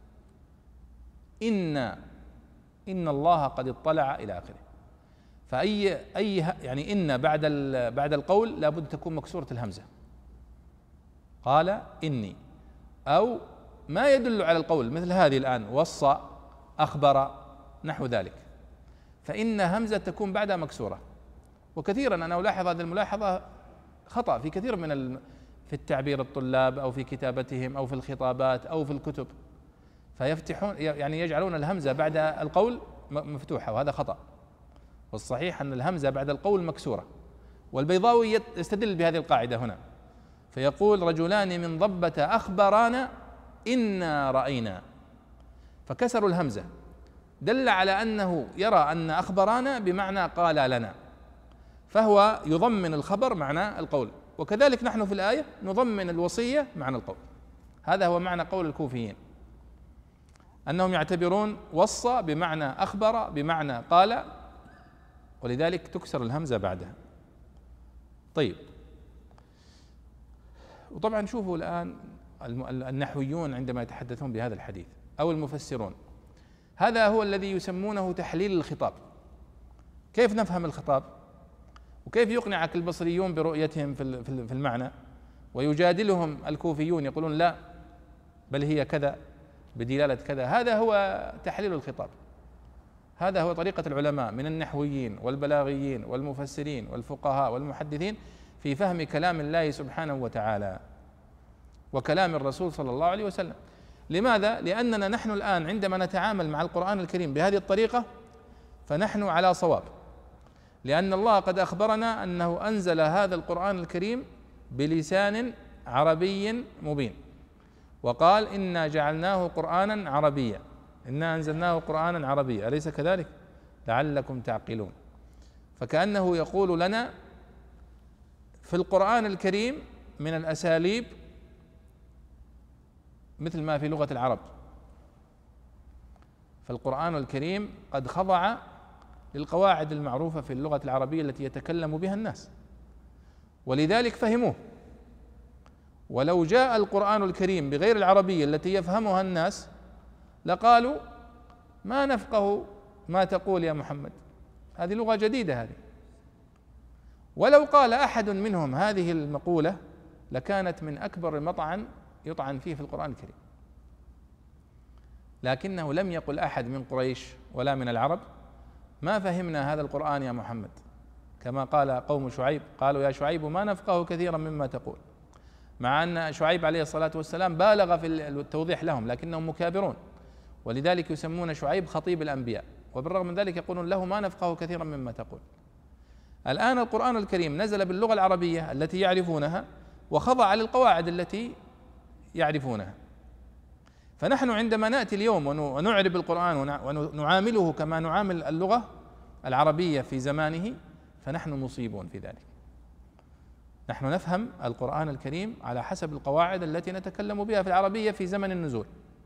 إن إن الله قد اطلع إلى آخره. فأي أي يعني إن بعد بعد القول لابد تكون مكسورة الهمزة، قال إني، أو ما يدل على القول مثل هذه الآن وصى أخبر نحو ذلك، فإن همزة تكون بعدها مكسورة. وكثيرا أنا ألاحظ هذه الملاحظة خطأ في كثير من ال... في التعبير الطلاب أو في كتابتهم أو في الخطابات أو في الكتب، فيفتحون يعني يجعلون الهمزة بعد القول مفتوحة، وهذا خطأ. والصحيح أن الهمزة بعد القول مكسورة. والبيضاوي يستدل بهذه القاعدة هنا، فيقول رجلان من ضبة أخبرانا إنا رأينا، فكسروا الهمزة دل على أنه يرى أن أخبرانا بمعنى قال لنا، فهو يضمن الخبر معنى القول. وكذلك نحن في الآية نضمن الوصية معنى القول. هذا هو معنى قول الكوفيين، أنهم يعتبرون وصى بمعنى أخبر بمعنى قال، ولذلك تكسر الهمزة بعدها. طيب، وطبعا شوفوا الآن النحويون عندما يتحدثون بهذا الحديث أو المفسرون، هذا هو الذي يسمونه تحليل الخطاب. كيف نفهم الخطاب؟ وكيف يقنعك البصريون برؤيتهم في المعنى ويجادلهم الكوفيون يقولون لا بل هي كذا بدلالة كذا؟ هذا هو تحليل الخطاب. هذا هو طريقة العلماء من النحويين والبلاغيين والمفسرين والفقهاء والمحدثين في فهم كلام الله سبحانه وتعالى وكلام الرسول صلى الله عليه وسلم. لماذا؟ لأننا نحن الآن عندما نتعامل مع القرآن الكريم بهذه الطريقة فنحن على صواب، لأن الله قد أخبرنا أنه أنزل هذا القرآن الكريم بلسان عربي مبين، وقال إنا جعلناه قرآنا عربيا، إنا أنزلناه قرآنا عربيا، أليس كذلك؟ لعلكم تعقلون. فكأنه يقول لنا في القرآن الكريم من الأساليب مثل ما في لغة العرب، فالقرآن الكريم قد خضع للقواعد المعروفة في اللغة العربية التي يتكلم بها الناس، ولذلك فهموه. ولو جاء القرآن الكريم بغير العربية التي يفهمها الناس لقالوا ما نفقه ما تقول يا محمد، هذه لغة جديدة هذه. ولو قال أحد منهم هذه المقولة لكانت من أكبر المطعن يطعن فيه في القرآن الكريم، لكنه لم يقل أحد من قريش ولا من العرب ما فهمنا هذا القرآن يا محمد، كما قال قوم شعيب قالوا يا شعيب ما نفقه كثيرا مما تقول، مع أن شعيب عليه الصلاة والسلام بالغ في التوضيح لهم لكنهم مكابرون، ولذلك يسمون شعيب خطيب الأنبياء، وبالرغم من ذلك يقولون له ما نفقه كثيرا مما تقول. الآن القرآن الكريم نزل باللغة العربية التي يعرفونها وخضع للقواعد التي يعرفونها، فنحن عندما نأتي اليوم ونعرب القرآن ونعامله كما نعامل اللغة العربية في زمانه فنحن مصيبون في ذلك. نحن نفهم القرآن الكريم على حسب القواعد التي نتكلم بها في العربية في زمن النزول.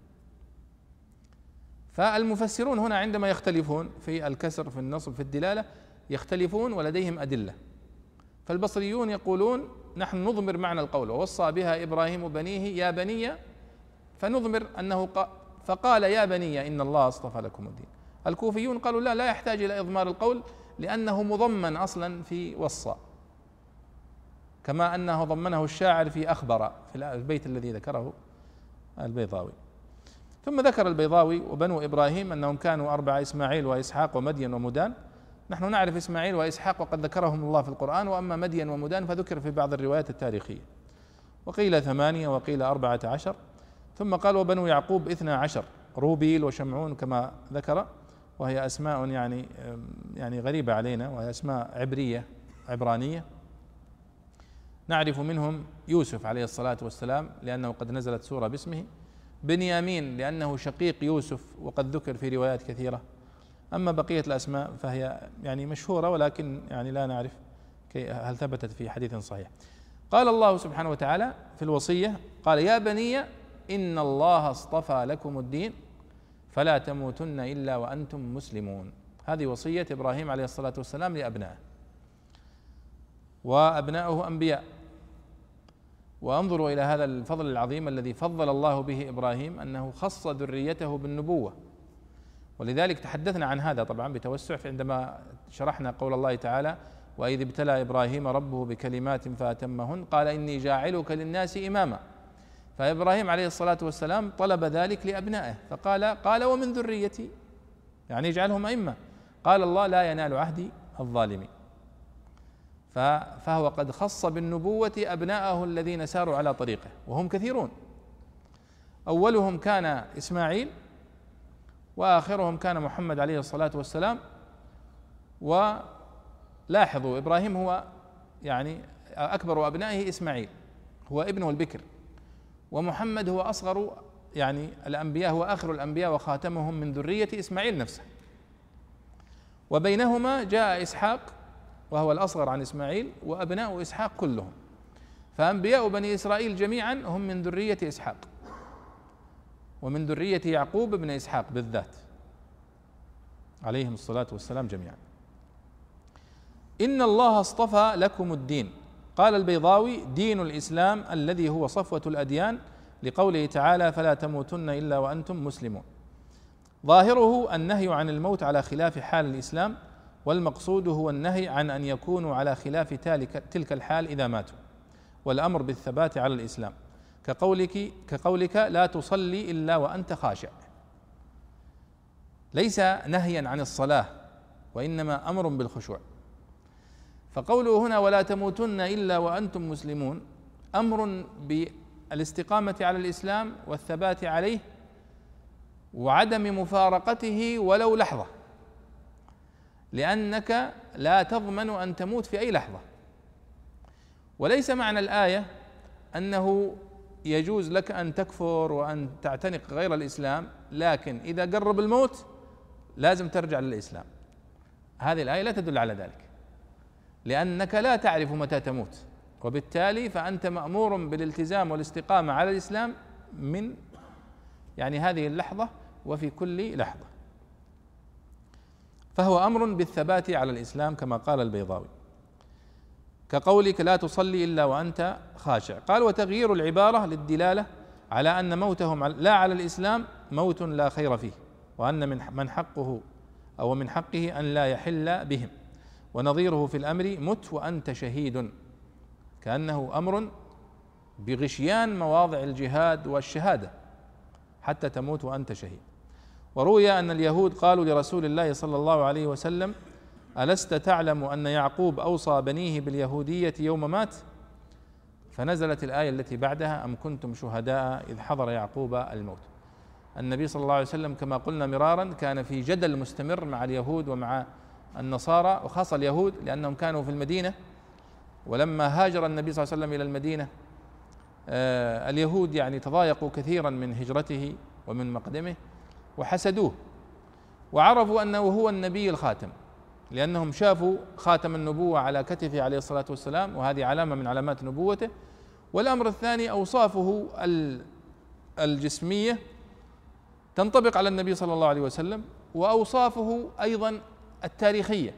فالمفسرون هنا عندما يختلفون في الكسر في النصب في الدلالة يختلفون ولديهم أدلة. فالبصريون يقولون نحن نضمر معنى القول ووصى بها إبراهيم بنيه يا بني، فنضمر أنه فقال يا بني إن الله اصطفى لكم الدين. الكوفيون قالوا لا لا يحتاج إلى إضمار القول لأنه مضمن أصلا في وصى، كما أنه ضمنه الشاعر في أخبر في البيت الذي ذكره البيضاوي. ثم ذكر البيضاوي وبنو إبراهيم أنهم كانوا أربعة: إسماعيل وإسحاق ومدين ومدان. نحن نعرف إسماعيل وإسحاق وقد ذكرهم الله في القرآن، وأما مدين ومدان فذكر في بعض الروايات التاريخية، وقيل ثمانية وقيل أربعة عشر. ثم قال وبنو يعقوب اثنا عشر: روبيل وشمعون كما ذكر، وهي أسماء يعني يعني غريبة علينا، وهي أسماء عبرية عبرانية. نعرف منهم يوسف عليه الصلاة والسلام لأنه قد نزلت سورة باسمه، بنيامين لأنه شقيق يوسف وقد ذكر في روايات كثيرة. أما بقية الأسماء فهي يعني مشهورة ولكن يعني لا نعرف هل ثبتت في حديث صحيح. قال الله سبحانه وتعالى في الوصية قال يا بني إن الله اصطفى لكم الدين فلا تموتن إلا وأنتم مسلمون. هذه وصية إبراهيم عليه الصلاة والسلام لأبنائه، وأبناؤه أنبياء. وانظروا إلى هذا الفضل العظيم الذي فضل الله به إبراهيم، أنه خص ذريته بالنبوة. ولذلك تحدثنا عن هذا طبعا بتوسع عندما شرحنا قول الله تعالى وإذ ابتلى إبراهيم ربه بكلمات فأتمهن قال إني جاعلك للناس إماما. فإبراهيم عليه الصلاة والسلام طلب ذلك لأبنائه فقال قال ومن ذريتي، يعني اجعلهم أئمة. قال الله لا ينال عهدي الظالمين. فهو قد خص بالنبوة أبناءه الذين ساروا على طريقه، وهم كثيرون. أولهم كان إسماعيل، وآخرهم كان محمد عليه الصلاة والسلام. ولاحظوا إبراهيم هو يعني أكبر أبنائه إسماعيل هو ابنه البكر، ومحمد هو أصغر يعني الأنبياء، هو آخر الأنبياء وخاتمهم من ذرية إسماعيل نفسه. وبينهما جاء إسحاق وهو الأصغر عن إسماعيل، وأبناء إسحاق كلهم. فأنبياء بني إسرائيل جميعا هم من ذرية إسحاق ومن ذرية يعقوب بن إسحاق بالذات عليهم الصلاة والسلام جميعا. إن الله اصطفى لكم الدين. قال البيضاوي دين الإسلام الذي هو صفوة الأديان، لقوله تعالى فلا تموتن إلا وأنتم مسلمون. ظاهره النهي عن الموت على خلاف حال الإسلام، والمقصود هو النهي عن أن يكونوا على خلاف تلك الحال إذا ماتوا، والأمر بالثبات على الإسلام، كقولك كقولك لا تصلي إلا وأنت خاشع. ليس نهيا عن الصلاة وإنما أمر بالخشوع. فقوله هنا ولا تموتن إلا وأنتم مسلمون أمر بالاستقامة على الإسلام والثبات عليه وعدم مفارقته ولو لحظة، لأنك لا تضمن أن تموت في أي لحظة. وليس معنى الآية أنه يجوز لك أن تكفر وأن تعتنق غير الإسلام، لكن إذا قرب الموت لازم ترجع للإسلام. هذه الآية لا تدل على ذلك، لأنك لا تعرف متى تموت، وبالتالي فأنت مأمور بالالتزام والاستقامة على الإسلام من يعني هذه اللحظة وفي كل لحظة. فهو أمر بالثبات على الإسلام كما قال البيضاوي، كقولك لا تصلي إلا وأنت خاشع. قال وتغيير العبارة للدلالة على أن موتهم لا على الإسلام موت لا خير فيه، وأن من من حقه أو من حقه أن لا يحل بهم. ونظيره في الأمر مت وأنت شهيد، كأنه أمر بغشيان مواضع الجهاد والشهادة حتى تموت وأنت شهيد. وروي أن اليهود قالوا لرسول الله صلى الله عليه وسلم: ألست تعلم أن يعقوب أوصى بنيه باليهودية يوم مات؟ فنزلت الآية التي بعدها: أم كنتم شهداء إذ حضر يعقوب الموت. النبي صلى الله عليه وسلم كما قلنا مرارا كان في جدل مستمر مع اليهود ومع النصارى، وخاصة اليهود لأنهم كانوا في المدينة، ولما هاجر النبي صلى الله عليه وسلم إلى المدينة آه اليهود يعني تضايقوا كثيرا من هجرته ومن مقدمه وحسدوه، وعرفوا أنه هو النبي الخاتم، لأنهم شافوا خاتم النبوة على كتفه عليه الصلاة والسلام، وهذه علامة من علامات نبوته. والأمر الثاني أوصافه الجسمية تنطبق على النبي صلى الله عليه وسلم، وأوصافه أيضا التاريخية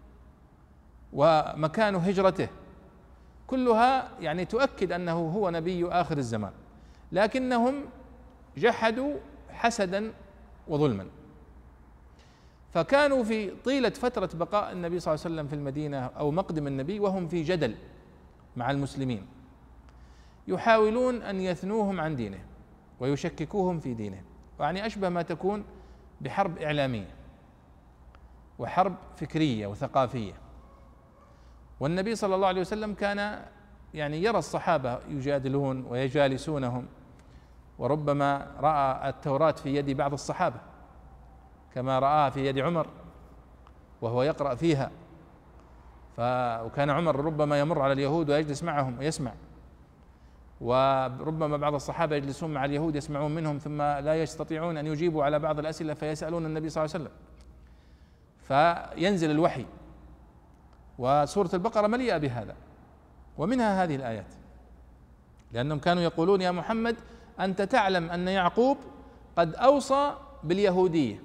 ومكان هجرته كلها يعني تؤكد أنه هو نبي آخر الزمان، لكنهم جحدوا حسدا وظلما. فكانوا في طيلة فترة بقاء النبي صلى الله عليه وسلم في المدينة أو مقدم النبي وهم في جدل مع المسلمين، يحاولون أن يثنوهم عن دينه ويشككوهم في دينه، يعني أشبه ما تكون بحرب إعلامية وحرب فكرية وثقافية. والنبي صلى الله عليه وسلم كان يعني يرى الصحابة يجادلون ويجالسونهم، وربما رأى التوراة في يد بعض الصحابة كما رآها في يد عمر وهو يقرأ فيها، وكان عمر ربما يمر على اليهود ويجلس معهم ويسمع، وربما بعض الصحابة يجلسون مع اليهود يسمعون منهم ثم لا يستطيعون أن يجيبوا على بعض الأسئلة فيسألون النبي صلى الله عليه وسلم، فينزل الوحي، وسورة البقرة مليئة بهذا، ومنها هذه الآيات، لأنهم كانوا يقولون: يا محمد أنت تعلم أن يعقوب قد أوصى باليهودية.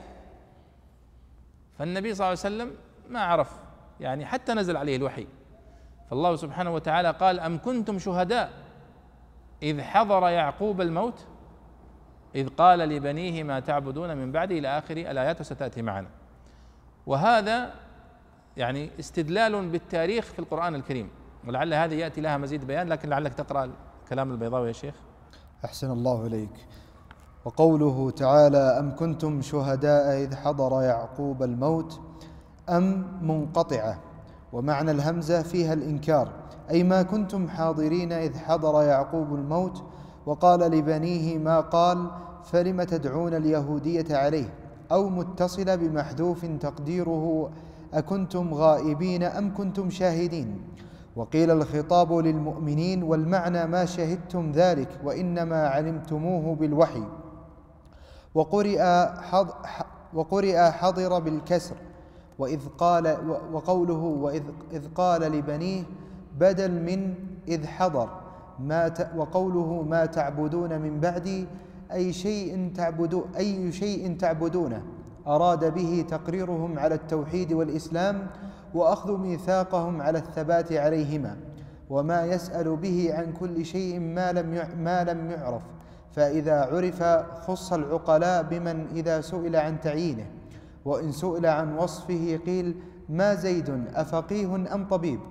فالنبي صلى الله عليه وسلم ما عرف يعني حتى نزل عليه الوحي، فالله سبحانه وتعالى قال: أم كنتم شهداء إذ حضر يعقوب الموت إذ قال لبنيه ما تعبدون من بعده إلى آخر الآيات، وستأتي معنا. وهذا يعني استدلال بالتاريخ في القرآن الكريم، ولعل هذه يأتي لها مزيد بيان، لكن لعلك تقرأ كلام البيضاوي يا شيخ. أحسن الله إليك. وقوله تعالى: أم كنتم شهداء إذ حضر يعقوب الموت، أم منقطعة، ومعنى الهمزة فيها الإنكار، أي ما كنتم حاضرين إذ حضر يعقوب الموت وقال لبنيه ما قال، فلم تدعون اليهودية عليه، أو متصلة بمحذوف تقديره أكنتم غائبين أم كنتم شاهدين. وقيل الخطاب للمؤمنين، والمعنى ما شهدتم ذلك وإنما علمتموه بالوحي. وقرئ حض وقرئ حضر بالكسر، وإذ قال وقوله وإذ إذ قال لبنيه بدل من إذ حضر، ما وقوله ما تعبدون من بعدي أي شيء تعبدون أي شيء تعبدونه، أراد به تقريرهم على التوحيد والإسلام وأخذ ميثاقهم على الثبات عليهما، وما يسأل به عن كل شيء ما لم ما لم يعرف، فإذا عرف خص العقلاء بمن إذا سئل عن تعيينه، وإن سئل عن وصفه قيل ما زيد أفقيه أم طبيب.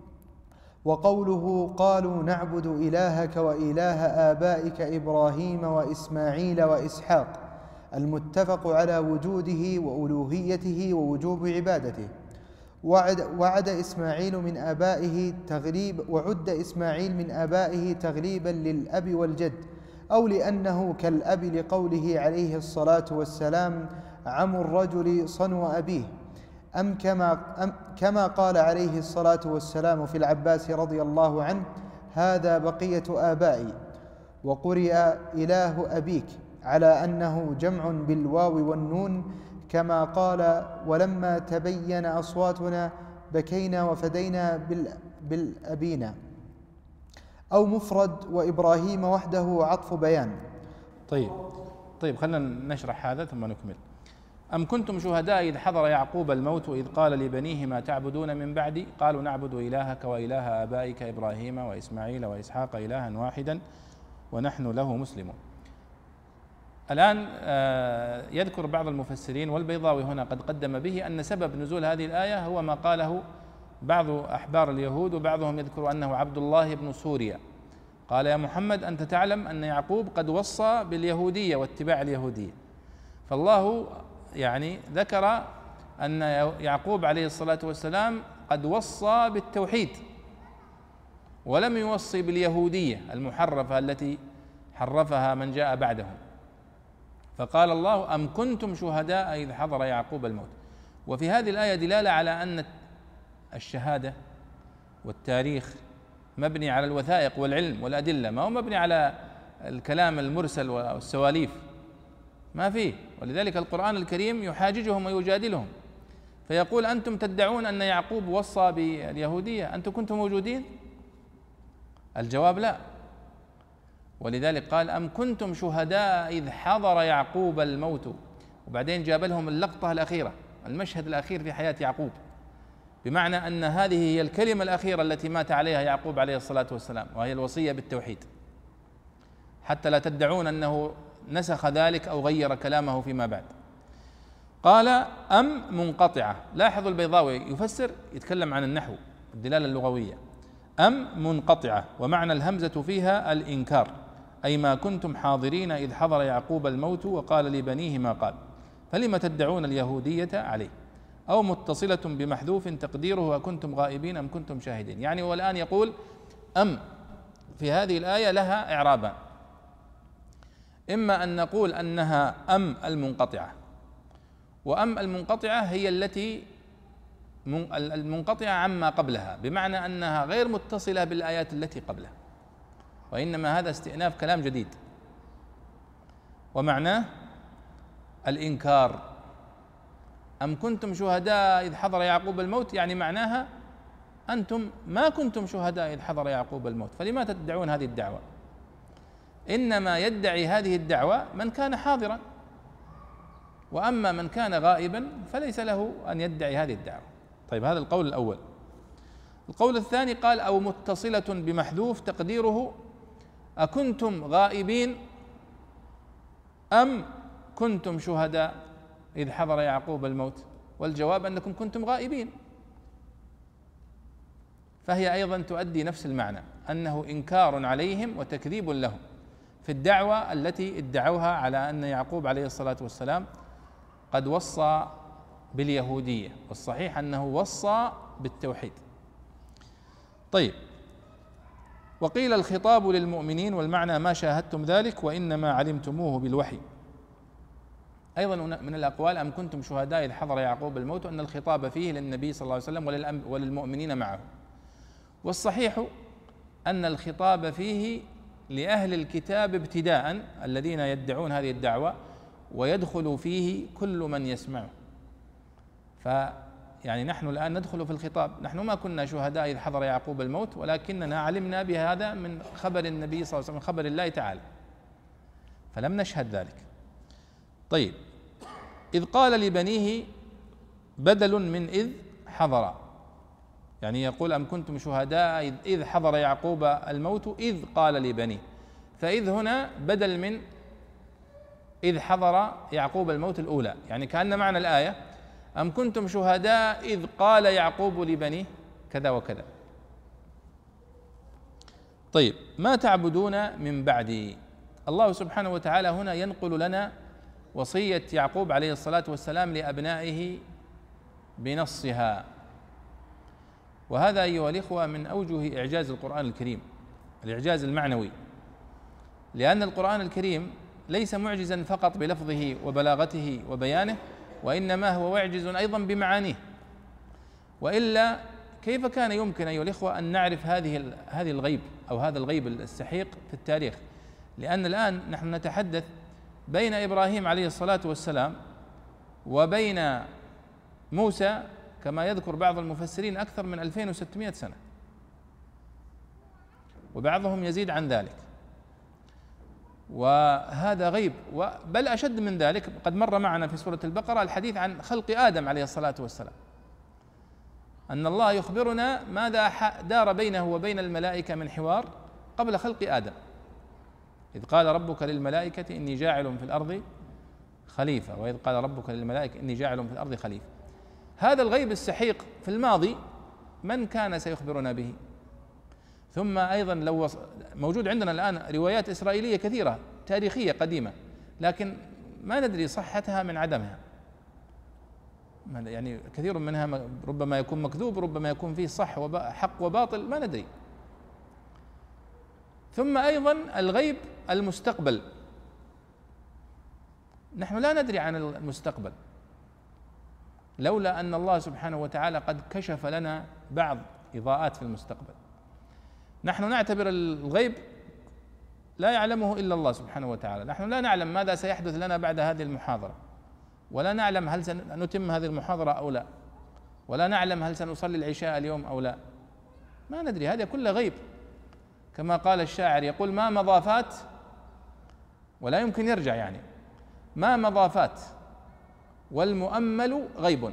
وقوله قالوا نعبد إلهك وإله آبائك إبراهيم وإسماعيل وإسحاق، المتفق على وجوده وألوهيته ووجوب عبادته. وعد, وعد إسماعيل من آبائه تغليب وعد إسماعيل من آبائه تغليبا للأب والجد، أو لأنه كالأب لقوله عليه الصلاة والسلام عم الرجل صنو أبيه، أم كما, أم كما قال عليه الصلاة والسلام في العباس رضي الله عنه هذا بقية آبائي. وقرئ إله أبيك على أنه جمع بالواو والنون، كما قال ولما تبين أصواتنا بكينا وفدينا بالأبينا، أو مفرد وإبراهيم وحده عطف بيان. طيب طيب خلنا نشرح هذا ثم نكمل. أم كنتم شهداء إذ حضر يعقوب الموت إذ قال لبنيه ما تعبدون من بعدي قالوا نعبد إلهك وإله آبائك إبراهيم وإسماعيل وإسحاق إلها واحدا ونحن له مسلمون. الآن يذكر بعض المفسرين والبيضاوي هنا قد قدم به أن سبب نزول هذه الآية هو ما قاله بعض أحبار اليهود، وبعضهم يذكر أنه عبد الله بن سوريا قال يا محمد أنت تعلم أن يعقوب قد وصى باليهودية واتباع اليهودية، فالله يعني ذكر أن يعقوب عليه الصلاة والسلام قد وصى بالتوحيد ولم يوصي باليهودية المحرفة التي حرفها من جاء بعدهم. فقال الله: أم كنتم شهداء إذ حضر يعقوب الموت. وفي هذه الآية دلالة على أن الشهادة والتاريخ مبني على الوثائق والعلم والأدلة، ما هو مبني على الكلام المرسل والسواليف، ما فيه. ولذلك القرآن الكريم يحاججهم ويجادلهم، فيقول: أنتم تدعون أن يعقوب وصى باليهودية، أنتم كنتم موجودين؟ الجواب لا. ولذلك قال: أم كنتم شهداء إذ حضر يعقوب الموت. وبعدين جاب لهم اللقطة الأخيرة، المشهد الأخير في حياة يعقوب، بمعنى أن هذه هي الكلمة الأخيرة التي مات عليها يعقوب عليه الصلاة والسلام، وهي الوصية بالتوحيد، حتى لا تدعون أنه نسخ ذلك أو غير كلامه فيما بعد. قال: أم منقطعة. لاحظوا البيضاوي يفسر، يتكلم عن النحو الدلالة اللغوية. أم منقطعة، ومعنى الهمزة فيها الإنكار، أي ما كنتم حاضرين إذ حضر يعقوب الموت وقال لبنيه ما قال، فلم تدعون اليهودية عليه. أو متصلة بمحذوف تقديره أكنتم غائبين أم كنتم شاهدين. يعني والآن يقول: أم في هذه الآية لها إعرابان، إما أن نقول أنها أم المنقطعة، وأم المنقطعة هي التي المنقطعة عما قبلها، بمعنى أنها غير متصلة بالآيات التي قبلها، وإنما هذا استئناف كلام جديد، ومعناه الإنكار. أم كنتم شهداء إذ حضر يعقوب الموت، يعني معناها أنتم ما كنتم شهداء إذ حضر يعقوب الموت، فلما تدعون هذه الدعوة؟ إنما يدعي هذه الدعوة من كان حاضرا، وأما من كان غائبا فليس له أن يدعي هذه الدعوة. طيب، هذا القول الأول. القول الثاني قال: أو متصلة بمحذوف تقديره أكنتم غائبين أم كنتم شهداء إذ حضر يعقوب الموت، والجواب أنكم كنتم غائبين، فهي أيضا تؤدي نفس المعنى، أنه إنكار عليهم وتكذيب لهم في الدعوة التي ادعوها على أن يعقوب عليه الصلاة والسلام قد وصى باليهودية، والصحيح أنه وصى بالتوحيد. طيب، وقيل الخطاب للمؤمنين، والمعنى ما شاهدتم ذلك وإنما علمتموه بالوحي. أيضا من الأقوال: أم كنتم شهداء إذ حضر يعقوب الموت، أن الخطاب فيه للنبي صلى الله عليه وسلم وللمؤمنين معه. والصحيح أن الخطاب فيه لأهل الكتاب ابتداء الذين يدعون هذه الدعوة، ويدخل فيه كل من يسمعه. فيعني نحن الآن ندخل في الخطاب، نحن ما كنا شهداء إذ حضر يعقوب الموت، ولكننا علمنا بهذا من خبر النبي صلى الله عليه وسلم، من خبر الله تعالى، فلم نشهد ذلك. طيب، إذ قال لبنيه بدل من إذ حضر، يعني يقول: أم كنتم شهداء إذ حضر يعقوب الموت إذ قال لبنيه، فإذ هنا بدل من إذ حضر يعقوب الموت الأولى، يعني كأن معنى الآية: أم كنتم شهداء إذ قال يعقوب لبنيه كذا وكذا. طيب، ما تعبدون من بعدي. الله سبحانه وتعالى هنا ينقل لنا وصية يعقوب عليه الصلاة والسلام لأبنائه بنصها، وهذا أيها الإخوة من أوجه إعجاز القرآن الكريم، الإعجاز المعنوي، لأن القرآن الكريم ليس معجزا فقط بلفظه وبلاغته وبيانه، وإنما هو معجز أيضا بمعانيه، وإلا كيف كان يمكن أيها الإخوة أن نعرف هذه هذه الغيب أو هذا الغيب السحيق في التاريخ؟ لأن الآن نحن نتحدث بين إبراهيم عليه الصلاة والسلام وبين موسى كما يذكر بعض المفسرين أكثر من ألفين وستمائة سنة، وبعضهم يزيد عن ذلك، وهذا غيب. بل أشد من ذلك، قد مر معنا في سورة البقرة الحديث عن خلق آدم عليه الصلاة والسلام، أن الله يخبرنا ماذا دار بينه وبين الملائكة من حوار قبل خلق آدم، إذ قال ربك للملائكة إني جاعل في الأرض خليفة، وإذ قال ربك للملائكة إني جاعل في الأرض خليفة. هذا الغيب السحيق في الماضي من كان سيخبرنا به؟ ثم أيضا لو موجود عندنا الآن روايات إسرائيلية كثيرة تاريخية قديمة، لكن ما ندري صحتها من عدمها، يعني كثير منها ربما يكون مكذوب، ربما يكون فيه صح وحق وباطل، ما ندري. ثم أيضا الغيب المستقبل، نحن لا ندري عن المستقبل، لولا أن الله سبحانه وتعالى قد كشف لنا بعض إضاءات في المستقبل. نحن نعتبر الغيب لا يعلمه إلا الله سبحانه وتعالى، نحن لا نعلم ماذا سيحدث لنا بعد هذه المحاضرة، ولا نعلم هل سنتم هذه المحاضرة أو لا، ولا نعلم هل سنصلي العشاء اليوم أو لا، ما ندري، هذا كله غيب. كما قال الشاعر يقول: ما مضى فات، ولا يمكن يرجع، يعني ما مضى فات والمؤمل غيب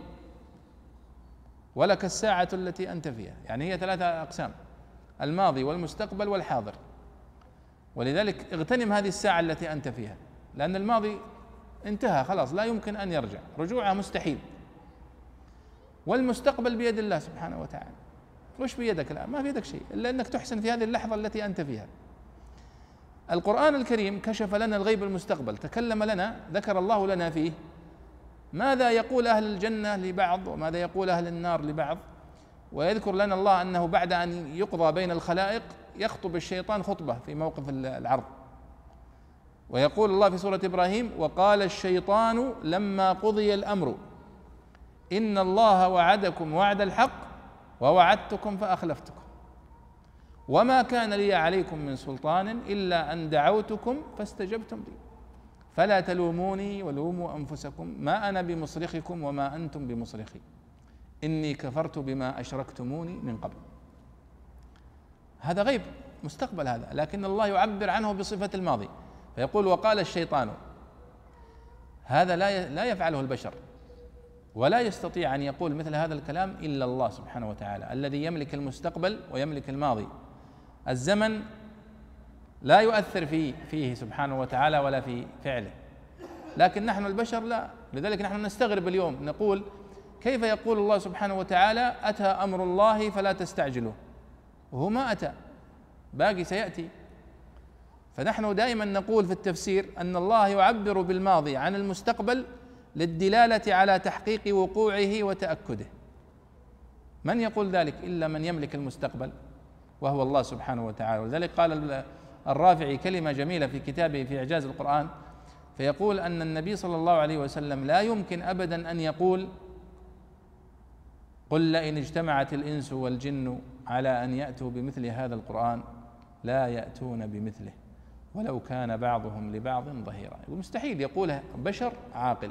ولك الساعة التي أنت فيها، يعني هي ثلاثة أقسام: الماضي والمستقبل والحاضر. ولذلك اغتنم هذه الساعة التي أنت فيها، لأن الماضي انتهى خلاص، لا يمكن أن يرجع، رجوعه مستحيل. والمستقبل بيد الله سبحانه وتعالى. وش بيدك الآن؟ ما بيدك شيء إلا أنك تحسن في هذه اللحظة التي أنت فيها. القرآن الكريم كشف لنا الغيب المستقبل، تكلم لنا، ذكر الله لنا فيه ماذا يقول أهل الجنة لبعض وماذا يقول أهل النار لبعض، ويذكر لنا الله أنه بعد أن يقضى بين الخلائق يخطب الشيطان خطبة في موقف العرض، ويقول الله في سورة إبراهيم: وقال الشيطان لما قضي الأمر إن الله وعدكم وعد الحق ووعدتكم فأخلفتكم وما كان لي عليكم من سلطان إلا أن دعوتكم فاستجبتم لي فلا تلوموني ولوموا أنفسكم ما أنا بمصرخكم وما أنتم بمصرخي إني كفرت بما أشركتموني من قبل. هذا غيب مستقبل هذا، لكن الله يعبر عنه بصفة الماضي فيقول: وقال الشيطان. هذا لا لا يفعله البشر، ولا يستطيع أن يقول مثل هذا الكلام إلا الله سبحانه وتعالى الذي يملك المستقبل ويملك الماضي. الزمن لا يؤثر فيه فيه سبحانه وتعالى ولا في فعله، لكن نحن البشر لا. لذلك نحن نستغرب اليوم، نقول: كيف يقول الله سبحانه وتعالى أتى أمر الله فلا تستعجلوه، وهو ما أتى، باقي سيأتي. فنحن دائما نقول في التفسير أن الله يعبر بالماضي عن المستقبل للدلالة على تحقيق وقوعه وتأكده. من يقول ذلك إلا من يملك المستقبل وهو الله سبحانه وتعالى. ولذلك قال الرافعي كلمة جميلة في كتابه في إعجاز القرآن، فيقول أن النبي صلى الله عليه وسلم لا يمكن أبدا أن يقول: قل لئن اجتمعت الإنس والجن على أن يأتوا بمثل هذا القرآن لا يأتون بمثله ولو كان بعضهم لبعض ظهيرا. مستحيل يقوله بشر عاقل،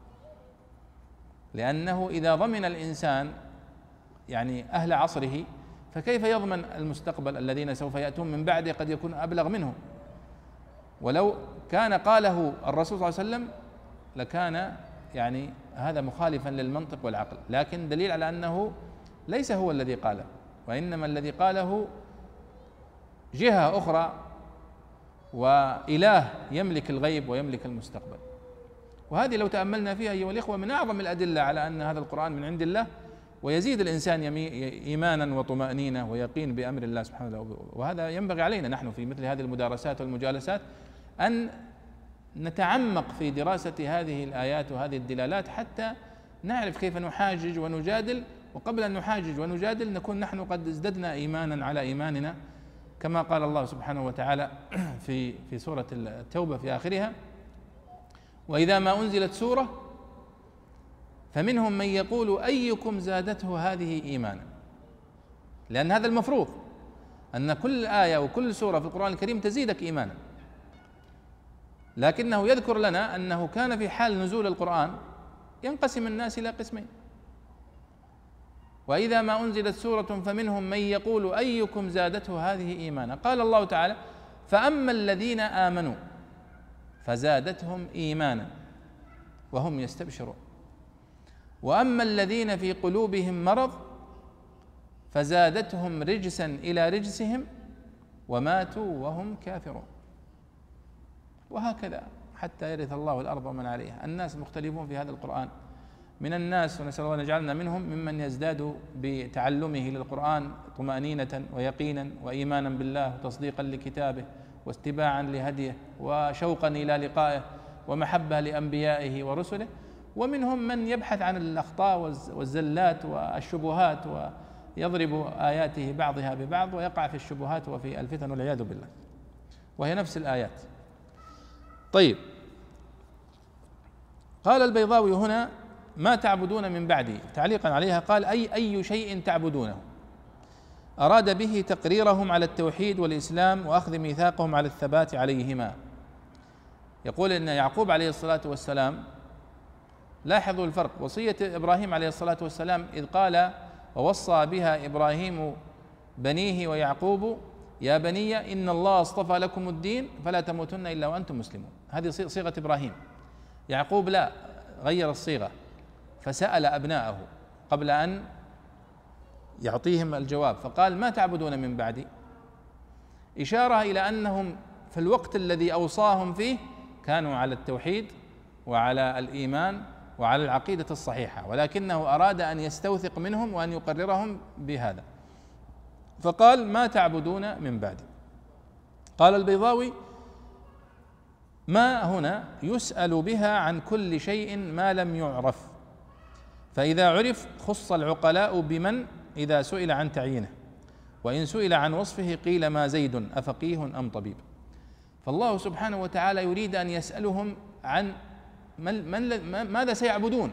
لأنه إذا ضمن الإنسان يعني أهل عصره فكيف يضمن المستقبل الذين سوف يأتون من بعده قد يكون أبلغ منه. ولو كان قاله الرسول صلى الله عليه وسلم لكان يعني هذا مخالفا للمنطق والعقل، لكن دليل على أنه ليس هو الذي قاله، وإنما الذي قاله جهة أخرى وإله يملك الغيب ويملك المستقبل. وهذه لو تأملنا فيها أيها الإخوة من أعظم الأدلة على أن هذا القرآن من عند الله، ويزيد الإنسان إيمانا وطمأنينة ويقين بأمر الله سبحانه وتعالى. وهذا ينبغي علينا نحن في مثل هذه المدارسات والمجالسات أن نتعمق في دراسة هذه الآيات وهذه الدلالات حتى نعرف كيف نحاجج ونجادل، وقبل أن نحاجج ونجادل نكون نحن قد ازددنا إيمانا على إيماننا، كما قال الله سبحانه وتعالى في في سورة التوبة في آخرها: وإذا ما أنزلت سورة فمنهم من يقول أيكم زادته هذه إيمانا. لأن هذا المفروض أن كل آية وكل سورة في القرآن الكريم تزيدك إيمانا، لكنه يذكر لنا أنه كان في حال نزول القرآن ينقسم الناس إلى قسمين: وإذا ما أنزلت سورة فمنهم من يقول أيكم زادته هذه إيمانا. قال الله تعالى: فأما الذين آمنوا فزادتهم إيمانا وهم يستبشرون، وأما الذين في قلوبهم مرض فزادتهم رجسا إلى رجسهم وماتوا وهم كافرون. وهكذا حتى يرث الله الأرض ومن عليها. الناس مختلفون في هذا القرآن، من الناس ونسأل الله أن يجعلنا منهم ممن يزداد بتعلمه للقرآن طمأنينة ويقينا وإيمانا بالله وتصديقا لكتابه واتباعا لهديه وشوقا إلى لقائه، ومحبة لأنبيائه ورسله، ومنهم من يبحث عن الأخطاء والزلات والشبهات ويضرب آياته بعضها ببعض ويقع في الشبهات وفي الفتن والعياذ بالله، وهي نفس الآيات. طيب، قال البيضاوي هنا: ما تعبدون من بعدي، تعليقا عليها قال: أي أي شيء تعبدونه، أراد به تقريرهم على التوحيد والإسلام وأخذ ميثاقهم على الثبات عليهما. يقول إن يعقوب عليه الصلاة والسلام، لاحظوا الفرق، وصية إبراهيم عليه الصلاة والسلام إذ قال ووصى بها إبراهيم بنيه ويعقوب يا بني إن الله اصطفى لكم الدين فلا تموتن إلا وأنتم مسلمون، هذه صيغة إبراهيم. يعقوب لا، غير الصيغة فسأل أبناءه قبل أن يعطيهم الجواب، فقال: ما تعبدون من بعدي، إشارة إلى أنهم في الوقت الذي أوصاهم فيه كانوا على التوحيد وعلى الإيمان وعلى العقيدة الصحيحة، ولكنه أراد أن يستوثق منهم وأن يقررهم بهذا، فقال: ما تعبدون من بعدي. قال البيضاوي: ما هنا يسأل بها عن كل شيء ما لم يعرف، فإذا عرف خص العقلاء بمن إذا سئل عن تعيينه، وإن سئل عن وصفه قيل ما زيد أفقيه أم طبيب. فالله سبحانه وتعالى يريد أن يسألهم عن من من ماذا سيعبدون،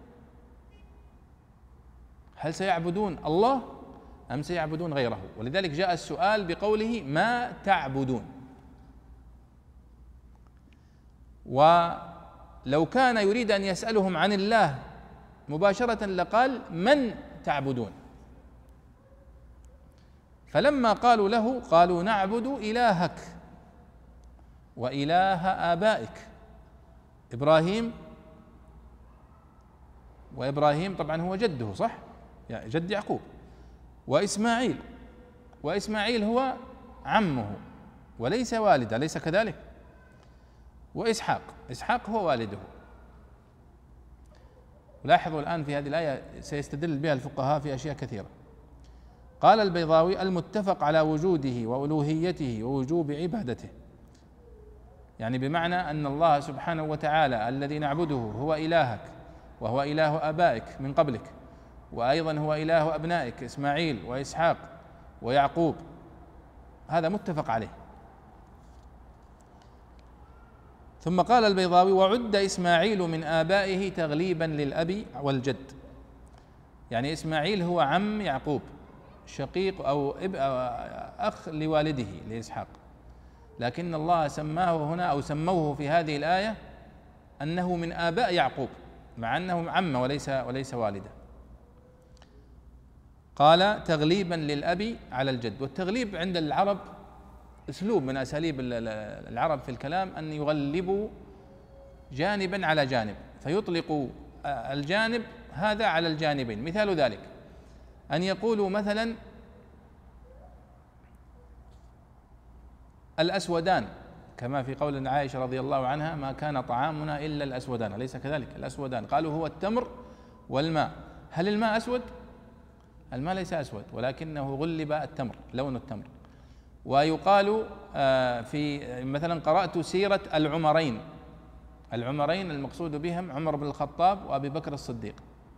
هل سيعبدون الله أم سيعبدون غيره؟ ولذلك جاء السؤال بقوله: ما تعبدون. ولو كان يريد أن يسألهم عن الله مباشرة لقال: من تعبدون؟ فلما قالوا له قالوا: نعبد إلهك وإله آبائك إبراهيم، وإبراهيم طبعا هو جده، صح؟ يعني جد يعقوب، وإسماعيل، وإسماعيل هو عمه وليس والده، أليس كذلك؟ وإسحاق، إسحاق هو والده. لاحظوا الآن في هذه الآية سيستدل بها الفقهاء في أشياء كثيرة. قال البيضاوي: المتفق على وجوده وألوهيته ووجوب عبادته، يعني بمعنى أن الله سبحانه وتعالى الذي نعبده هو إلهك وهو إله آبائك من قبلك، وأيضا هو إله أبنائك إسماعيل وإسحاق ويعقوب، هذا متفق عليه. ثم قال البيضاوي: وعد إسماعيل من آبائه تغليبا للأب والجد، يعني إسماعيل هو عم يعقوب، شقيق أو أخ لوالده لإسحاق، لكن الله سماه هنا أو سموه في هذه الآية أنه من آباء يعقوب، مع أنه عم وليس وليس والده. قال: تغليبا للأب على الجد. والتغليب عند العرب أسلوب من أساليب العرب في الكلام، أن يغلبوا جانبا على جانب، فيطلقوا الجانب هذا على الجانبين. مثال ذلك أن يقولوا مثلا: الأسودان، كما في قول عائشة رضي الله عنها: ما كان طعامنا إلا الأسودان، أليس كذلك؟ الأسودان قالوا هو التمر والماء. هل الماء أسود؟ الماء ليس أسود، ولكنه غلب التمر، لون التمر. ويقال في مثلا قرأت سيرة العمرين، العمرين المقصود بهم عمر بن الخطاب وأبي بكر الصديق.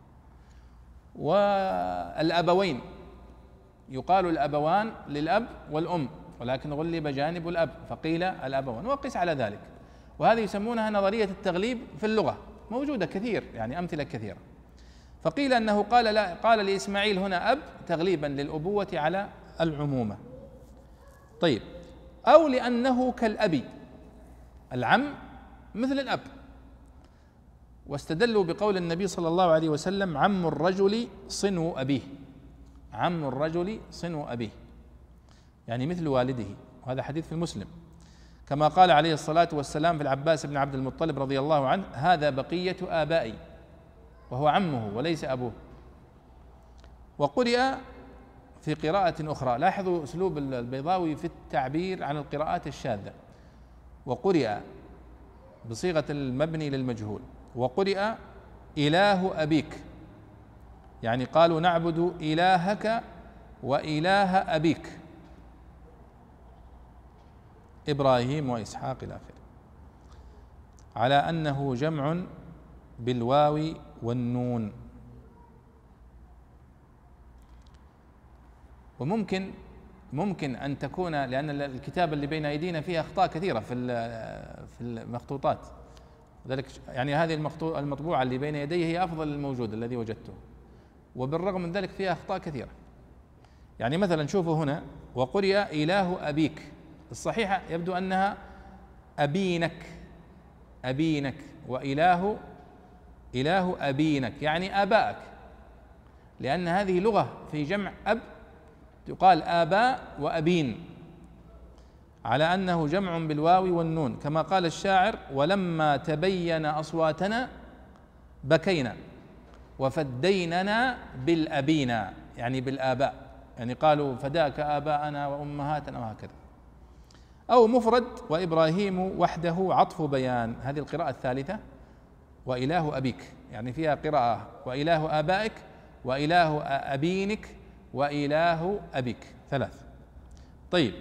والأبوين يقال الأبوان للأب والأم، ولكن غلب جانب الأب فقيل الأبوان، وقس على ذلك. وهذه يسمونها نظرية التغليب في اللغة، موجودة كثير، يعني أمثلة كثيرة. فقيل أنه قال لا قال لإسماعيل هنا أب تغليبا للأبوة على العمومة. طيب، أو لأنه كالأب، العم مثل الأب. واستدلوا بقول النبي صلى الله عليه وسلم: عم الرجل صنو أبيه، عم الرجل صنو أبيه، يعني مثل والده، وهذا حديث في المسلم. كما قال عليه الصلاة والسلام في العباس بن عبد المطلب رضي الله عنه: هذا بقية آبائي، وهو عمه وليس أبوه. وقرئ في قراءة أخرى، لاحظوا أسلوب البيضاوي في التعبير عن القراءات الشاذة، وقرئ بصيغة المبني للمجهول، وقرئ إله أبيك، يعني قالوا نعبد إلهك وإله أبيك إبراهيم وإسحاق إلى آخره. على أنه جمع بالواو والنون. وممكن ممكن أن تكون، لأن الكتابة اللي بين أيدينا فيها أخطاء كثيرة في في المخطوطات، ذلك يعني هذه المطبوعة اللي بين يدي هي أفضل الموجود الذي وجدته، وبالرغم من ذلك فيها أخطاء كثيرة. يعني مثلا شوفوا هنا: وقرئ إله أبيك، الصحيحة يبدو أنها أبينك أبينك وإله إله أبينك، يعني آبائك، لأن هذه لغة في جمع أب تقال آباء وأبين، على أنه جمع بالواو والنون، كما قال الشاعر: ولما تبين أصواتنا بكينا وفديننا بالأبينا، يعني بالآباء، يعني قالوا فداك آباءنا وأمهاتنا وهكذا. أو مفرد: وإبراهيم وحده عطف بيان، هذه القراءة الثالثة، وإله أبيك، يعني فيها قراءة وإله آبائك وإله أبينك وإله أبيك، ثلاث. طيب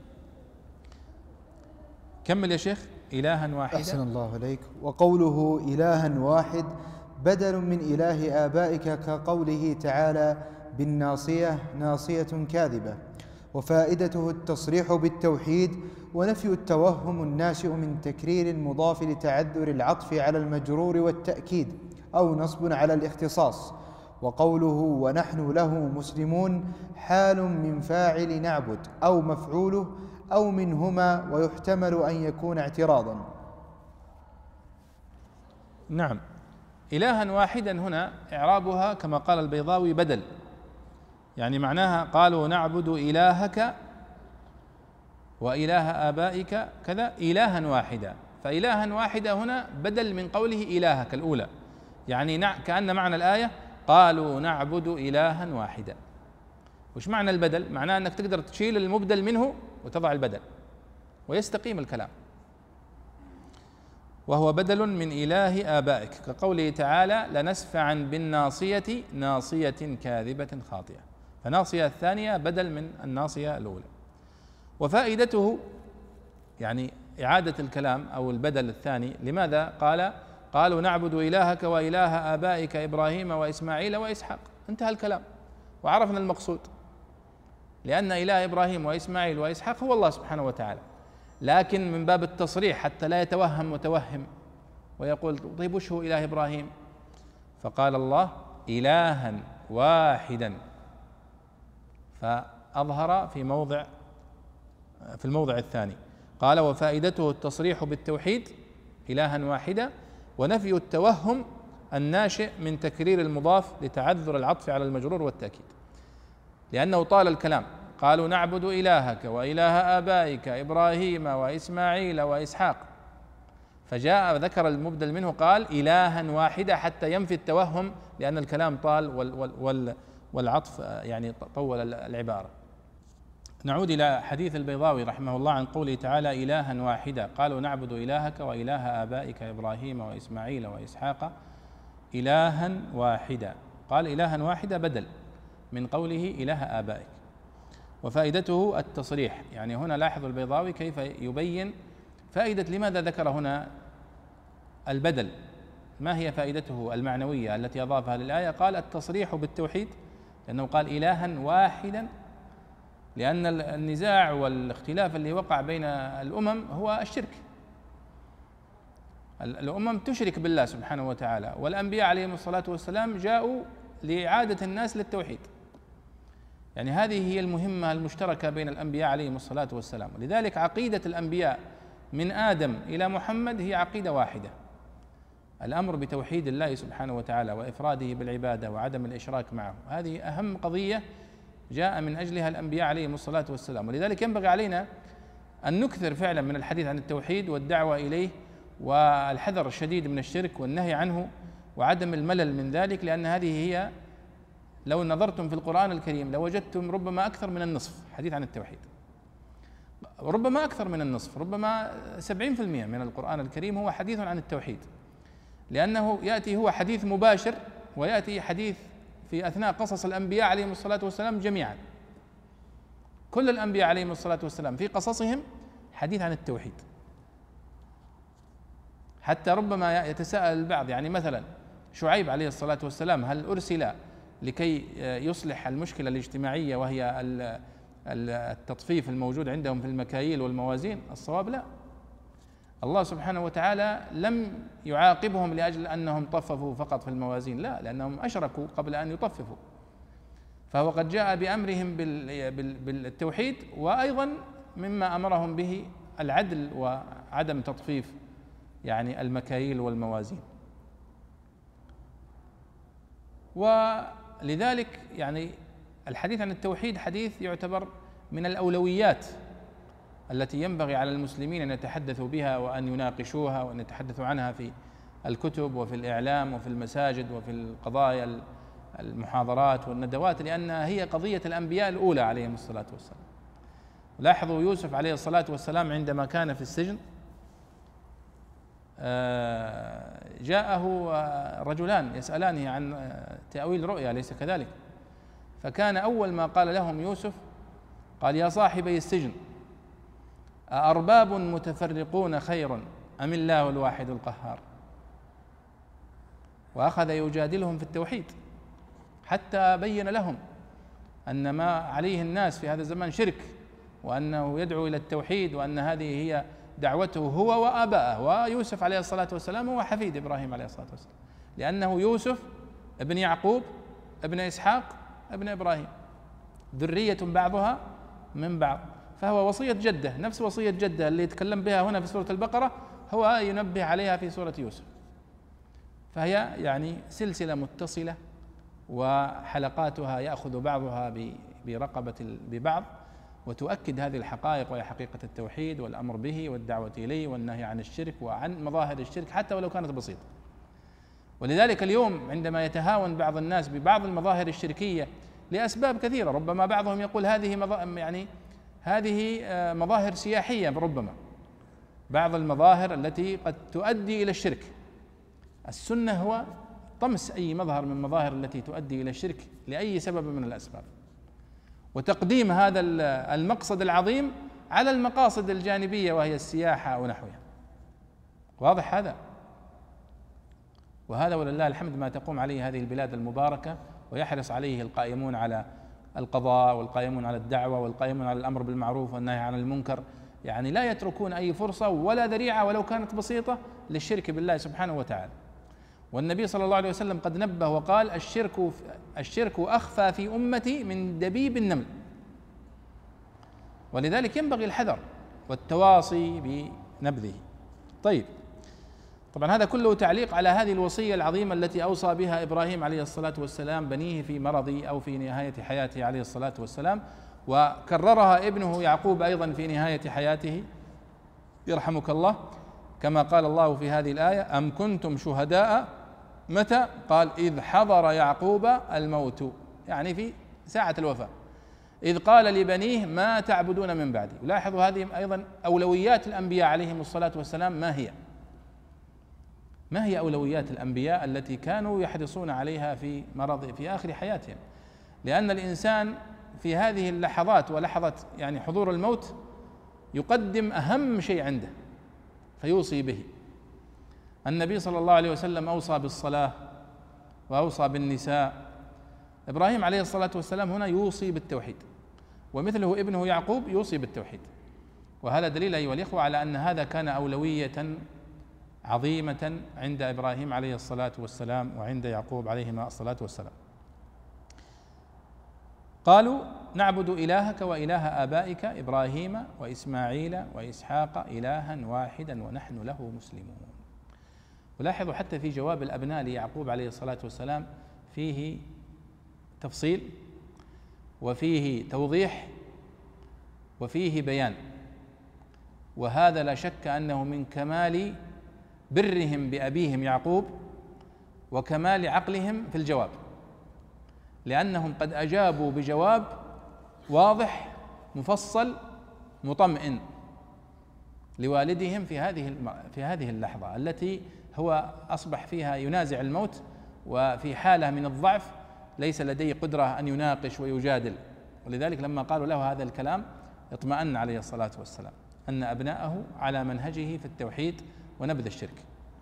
كمل يا شيخ. إلها واحدا. أحسن الله عليك. وقوله إلها واحد بدل من إله آبائك، كقوله تعالى: بالناصية ناصية كاذبة. وفائدته التصريح بالتوحيد ونفي التوهم الناشئ من تكرير المضاف لتعذر العطف على المجرور والتأكيد أو نصب على الاختصاص. وقوله ونحن له مسلمون حال من فاعل نعبد أو مفعوله أو منهما، ويحتمل أن يكون اعتراضا. نعم. إلها واحدا هنا إعرابها كما قال البيضاوي بدل، يعني معناها قالوا نعبد إلهك وإله آبائك كذا إلها واحدا، فإلها واحدا هنا بدل من قوله إلهك الأولى، يعني كأن معنى الآية قالوا نعبد إلها واحدا. وش معنى البدل؟ معناه أنك تقدر تشيل المبدل منه وتضع البدل ويستقيم الكلام. وهو بدل من إله آبائك، كقوله تعالى: لنسفعا بالناصية ناصية كاذبة خاطئة، فناصية الثانية بدل من الناصية الأولى. وفائدته يعني إعادة الكلام أو البدل الثاني. لماذا قال قالوا نعبد إلهك وإله آبائك إبراهيم وإسماعيل وإسحاق؟ انتهى الكلام وعرفنا المقصود، لأن إله إبراهيم وإسماعيل وإسحاق هو الله سبحانه وتعالى، لكن من باب التصريح حتى لا يتوهم متوهم ويقول طيب وش هو إله إبراهيم؟ فقال الله إلها واحدا، فأظهر في موضع في الموضع الثاني قال: وفائدته التصريح بالتوحيد إلها واحدا، ونفي التوهم الناشئ من تكرير المضاف لتعذر العطف على المجرور والتأكيد، لأنه طال الكلام. قالوا نعبد إلهك وإله آبائك إبراهيم وإسماعيل وإسحاق، فجاء ذكر المبدل منه قال إلها واحدا حتى ينفي التوهم، لأن الكلام طال وال وال والعطف يعني طول العبارة. نعود إلى حديث البيضاوي رحمه الله عن قوله تعالى: إلها واحدا، قالوا نعبد إلهك وإله آبائك إبراهيم وإسماعيل وإسحاق إلها واحدا. قال إلها واحدا بدل من قوله إله آبائك. وفائدته التصريح، يعني هنا لاحظوا البيضاوي كيف يبين فائدة لماذا ذكر هنا البدل، ما هي فائدته المعنوية التي أضافها للآية؟ قال التصريح بالتوحيد، لأنه قال إلها واحدا، لأن النزاع والاختلاف اللي وقع بين الأمم هو الشرك. الأمم تشرك بالله سبحانه وتعالى، والأنبياء عليهم الصلاة والسلام جاءوا لإعادة الناس للتوحيد، يعني هذه هي المهمة المشتركة بين الأنبياء عليهم الصلاة والسلام. لذلك عقيدة الأنبياء من آدم إلى محمد هي عقيدة واحدة، الأمر بتوحيد الله سبحانه وتعالى وإفراده بالعبادة وعدم الإشراك معه، هذه أهم قضية جاء من أجلها الأنبياء عليهم الصلاة والسلام. ولذلك ينبغي علينا أن نكثر فعلا من الحديث عن التوحيد والدعوة إليه، والحذر الشديد من الشرك والنهي عنه وعدم الملل من ذلك، لأن هذه هي، لو نظرتم في القرآن الكريم لوجدتم ربما أكثر من النصف حديث عن التوحيد، ربما أكثر من النصف، ربما سبعين في المئة من القرآن الكريم هو حديث عن التوحيد، لأنه يأتي هو حديث مباشر، ويأتي حديث في أثناء قصص الأنبياء عليهم الصلاة والسلام جميعا. كل الأنبياء عليهم الصلاة والسلام في قصصهم حديث عن التوحيد. حتى ربما يتساءل البعض، يعني مثلا شعيب عليه الصلاة والسلام هل أرسل لكي يصلح المشكلة الاجتماعية وهي التطفيف الموجود عندهم في المكاييل والموازين؟ الصواب لا، الله سبحانه وتعالى لم يعاقبهم لأجل أنهم طففوا فقط في الموازين، لا، لأنهم أشركوا قبل أن يطففوا، فهو قد جاء بأمرهم بالتوحيد، وأيضا مما أمرهم به العدل وعدم تطفيف يعني المكاييل والموازين. ولذلك يعني الحديث عن التوحيد حديث يعتبر من الأولويات التي ينبغي على المسلمين أن يتحدثوا بها وأن يناقشوها وأن يتحدثوا عنها في الكتب وفي الإعلام وفي المساجد وفي القضايا المحاضرات والندوات، لأنها هي قضية الأنبياء الأولى عليهم الصلاة والسلام. لاحظوا يوسف عليه الصلاة والسلام عندما كان في السجن جاءه رجلان يسألانه عن تأويل رؤيا، أليس كذلك؟ فكان أول ما قال لهم يوسف قال: يا صاحبي السجن، أأرباب متفرقون خير أم الله الواحد القهار؟ وأخذ يجادلهم في التوحيد حتى بين لهم أن ما عليه الناس في هذا الزمان شرك، وأنه يدعو إلى التوحيد، وأن هذه هي دعوته هو وآباءه. ويوسف عليه الصلاة والسلام هو حفيد إبراهيم عليه الصلاة والسلام، لأنه يوسف ابن يعقوب ابن إسحاق ابن إبراهيم، ذرية بعضها من بعض، فهو وصية جده، نفس وصية جده اللي يتكلم بها هنا في سورة البقرة هو ينبه عليها في سورة يوسف. فهي يعني سلسلة متصلة، وحلقاتها يأخذ بعضها برقبة ببعض، وتؤكد هذه الحقائق، وهي حقيقة التوحيد والأمر به والدعوة إليه والنهي عن الشرك وعن مظاهر الشرك حتى ولو كانت بسيطة. ولذلك اليوم عندما يتهاون بعض الناس ببعض المظاهر الشركية لأسباب كثيرة، ربما بعضهم يقول هذه يعني هذه مظاهر سياحية، ربما بعض المظاهر التي قد تؤدي إلى الشرك. السنة هو طمس أي مظهر من المظاهر التي تؤدي إلى الشرك لأي سبب من الأسباب، وتقديم هذا المقصد العظيم على المقاصد الجانبية وهي السياحة ونحوها. واضح هذا؟ وهذا ولله الحمد ما تقوم عليه هذه البلاد المباركة، ويحرص عليه القائمون على القضاء والقائمون على الدعوة والقائمون على الأمر بالمعروف والنهي عن المنكر، يعني لا يتركون أي فرصة ولا ذريعة ولو كانت بسيطة للشرك بالله سبحانه وتعالى. والنبي صلى الله عليه وسلم قد نبه وقال: الشرك الشرك أخفى في أمتي من دبيب النمل. ولذلك ينبغي الحذر والتواصي بنبذه. طيب، طبعا هذا كله تعليق على هذه الوصية العظيمة التي أوصى بها إبراهيم عليه الصلاة والسلام بنيه في مرضه أو في نهاية حياته عليه الصلاة والسلام، وكررها ابنه يعقوب أيضا في نهاية حياته يرحمك الله، كما قال الله في هذه الآية: أم كنتم شهداء متى؟ قال: إذ حضر يعقوب الموت، يعني في ساعة الوفاة، إذ قال لبنيه ما تعبدون من بعدي. لاحظوا هذه أيضا أولويات الأنبياء عليهم الصلاة والسلام، ما هي؟ ما هي أولويات الأنبياء التي كانوا يحرصون عليها في مرض في آخر حياتهم؟ لأن الإنسان في هذه اللحظات ولحظة يعني حضور الموت يقدم أهم شيء عنده فيوصي به. النبي صلى الله عليه وسلم أوصى بالصلاة وأوصى بالنساء. إبراهيم عليه الصلاة والسلام هنا يوصي بالتوحيد، ومثله ابنه يعقوب يوصي بالتوحيد. وهذا دليل أيها الإخوة على أن هذا كان أولوية عظيمة عند إبراهيم عليه الصلاة والسلام وعند يعقوب عليهما الصلاة والسلام. قالوا: نعبد إلهك وإله آبائك إبراهيم وإسماعيل وإسحاق إلها واحدا ونحن له مسلمون. ولاحظوا حتى في جواب الأبناء ليعقوب عليه الصلاة والسلام فيه تفصيل وفيه توضيح وفيه بيان، وهذا لا شك أنه من كمال برهم بأبيهم يعقوب وكمال عقلهم في الجواب، لأنهم قد أجابوا بجواب واضح مفصل مطمئن لوالدهم في هذه في هذه اللحظة التي هو أصبح فيها ينازع الموت، وفي حالة من الضعف ليس لديه قدرة أن يناقش ويجادل. ولذلك لما قالوا له هذا الكلام اطمأن عليه الصلاة والسلام أن أبناءه على منهجه في التوحيد ونبذ الشرك.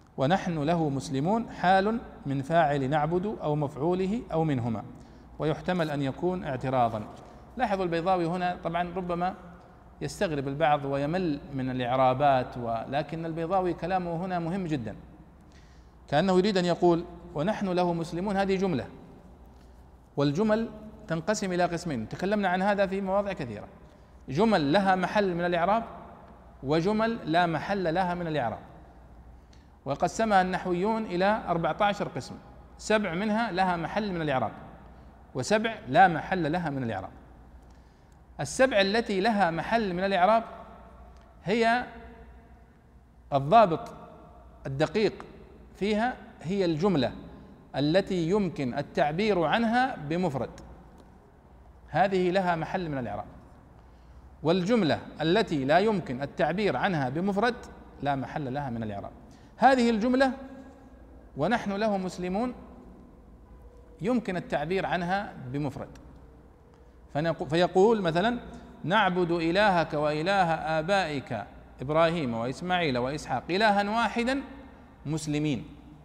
ونحن له مسلمون حال من فاعل نعبد أو مفعوله أو منهما، ويحتمل أن يكون اعتراضا. لاحظوا البيضاوي هنا طبعا ربما يستغرب البعض ويمل من الإعرابات، ولكن البيضاوي كلامه هنا مهم جدا، كأنه يريد أن يقول ونحن له مسلمون هذه جملة، والجمل تنقسم إلى قسمين، تكلمنا عن هذا في مواضع كثيرة، جمل لها محل من الإعراب وجمل لا محل لها من الإعراب، وقسمها النحويون إلى أربعة عشر قسم، سبع منها لها محل من الإعراب وسبع لا محل لها من الإعراب. السبع التي لها محل من الإعراب هي الضابط الدقيق فيها هي الجملة التي يمكن التعبير عنها بمفرد، هذه لها محل من الإعراب، والجملة التي لا يمكن التعبير عنها بمفرد لا محل لها من الإعراب. هذه الجملة ونحن له مسلمون يمكن التعبير عنها بمفرد، فيقول مثلا نعبد إلهك وإله آبائك إبراهيم وإسماعيل وإسحاق إلها واحدا مسلمين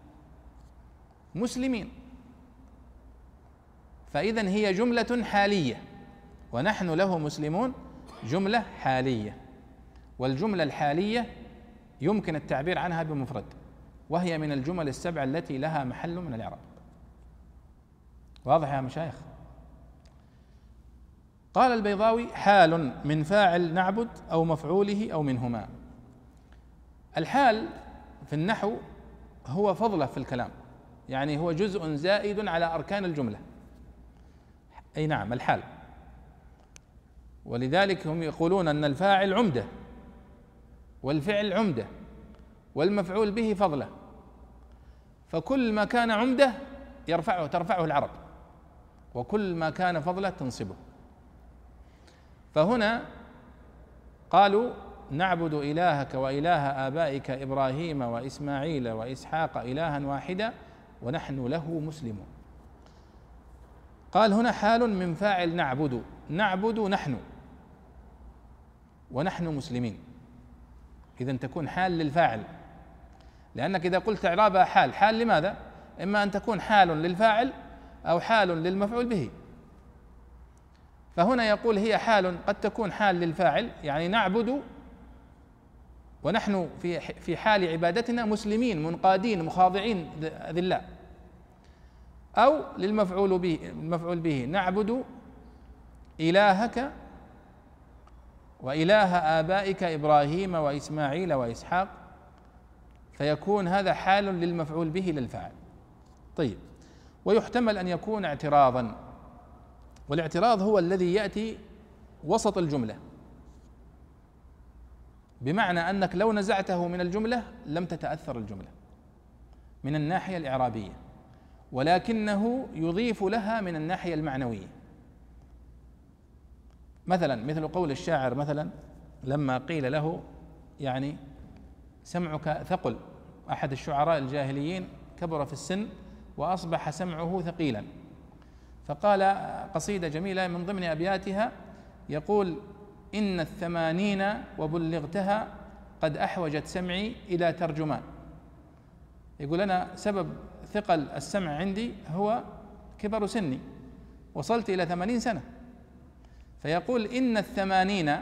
مسلمين فإذن هي جملة حالية، ونحن له مسلمون جملة حالية، والجملة الحالية يمكن التعبير عنها بمفرد، وهي من الجمل السبع التي لها محل من الإعراب. واضح يا مشايخ؟ قال البيضاوي حال من فاعل نعبد أو مفعوله أو منهما. الحال في النحو هو فضلة في الكلام، يعني هو جزء زائد على أركان الجملة، أي نعم الحال، ولذلك هم يقولون أن الفاعل عمدة والفعل عمدة والمفعول به فضلة، فكل ما كان عمدة يرفعه ترفعه العرب، وكل ما كان فضلة تنصبه. فهنا قالوا نعبد إلهك وإله آبائك إبراهيم وإسماعيل وإسحاق إلها واحدا ونحن له مسلمون. قال هنا حال من فاعل نعبد، نعبد نحن ونحن مسلمين، إذن تكون حال للفاعل، لأنك إذا قلت إعرابها حال، حال لماذا؟ إما أن تكون حال للفاعل أو حال للمفعول به، فهنا يقول هي حال قد تكون حال للفاعل، يعني نعبد ونحن في في حال عبادتنا مسلمين منقادين مخاضعين ذلاء، أو للمفعول به المفعول به نعبد إلهك وإله آبائك إبراهيم وإسماعيل وإسحاق، فيكون هذا حال للمفعول به للفاعل. طيب، ويحتمل أن يكون اعتراضا، والاعتراض هو الذي يأتي وسط الجملة، بمعنى أنك لو نزعته من الجملة لم تتأثر الجملة من الناحية الإعرابية، ولكنه يضيف لها من الناحية المعنوية. مثلا مثل قول الشاعر مثلا لما قيل له يعني سمعك ثقل، أحد الشعراء الجاهليين كبر في السن وأصبح سمعه ثقيلا، فقال قصيدة جميلة من ضمن أبياتها يقول إن الثمانين وبلغتها قد أحوجت سمعي إلى ترجمان. يقول أنا سبب ثقل السمع عندي هو كبر سني، وصلت إلى ثمانين سنة، فيقول إن الثمانين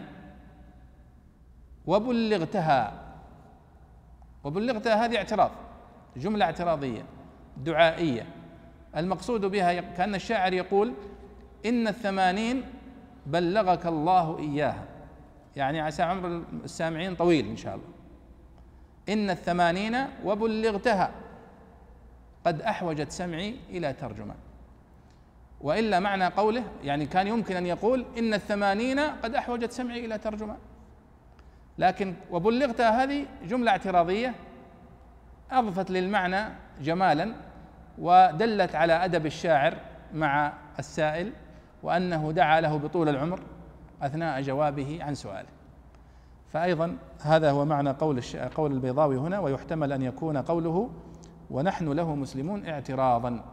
وبلغتها، وبلغتها هذه اعتراض، جملة اعتراضية دعائية، المقصود بها كأن الشاعر يقول إن الثمانين بلغك الله إياها، يعني عسى عمر السامعين طويل إن شاء الله. إن الثمانين وبلغتها قد أحوجت سمعي إلى ترجمة، وإلا معنى قوله يعني كان يمكن أن يقول إن الثمانين قد أحوجت سمعي إلى ترجمة، لكن وبلغتها هذه جملة اعتراضية أضفت للمعنى جمالا، ودلت على أدب الشاعر مع السائل، وأنه دعا له بطول العمر أثناء جوابه عن سؤاله. فأيضا هذا هو معنى قول قول البيضاوي هنا، ويحتمل أن يكون قوله ونحن له مسلمون اعتراضا.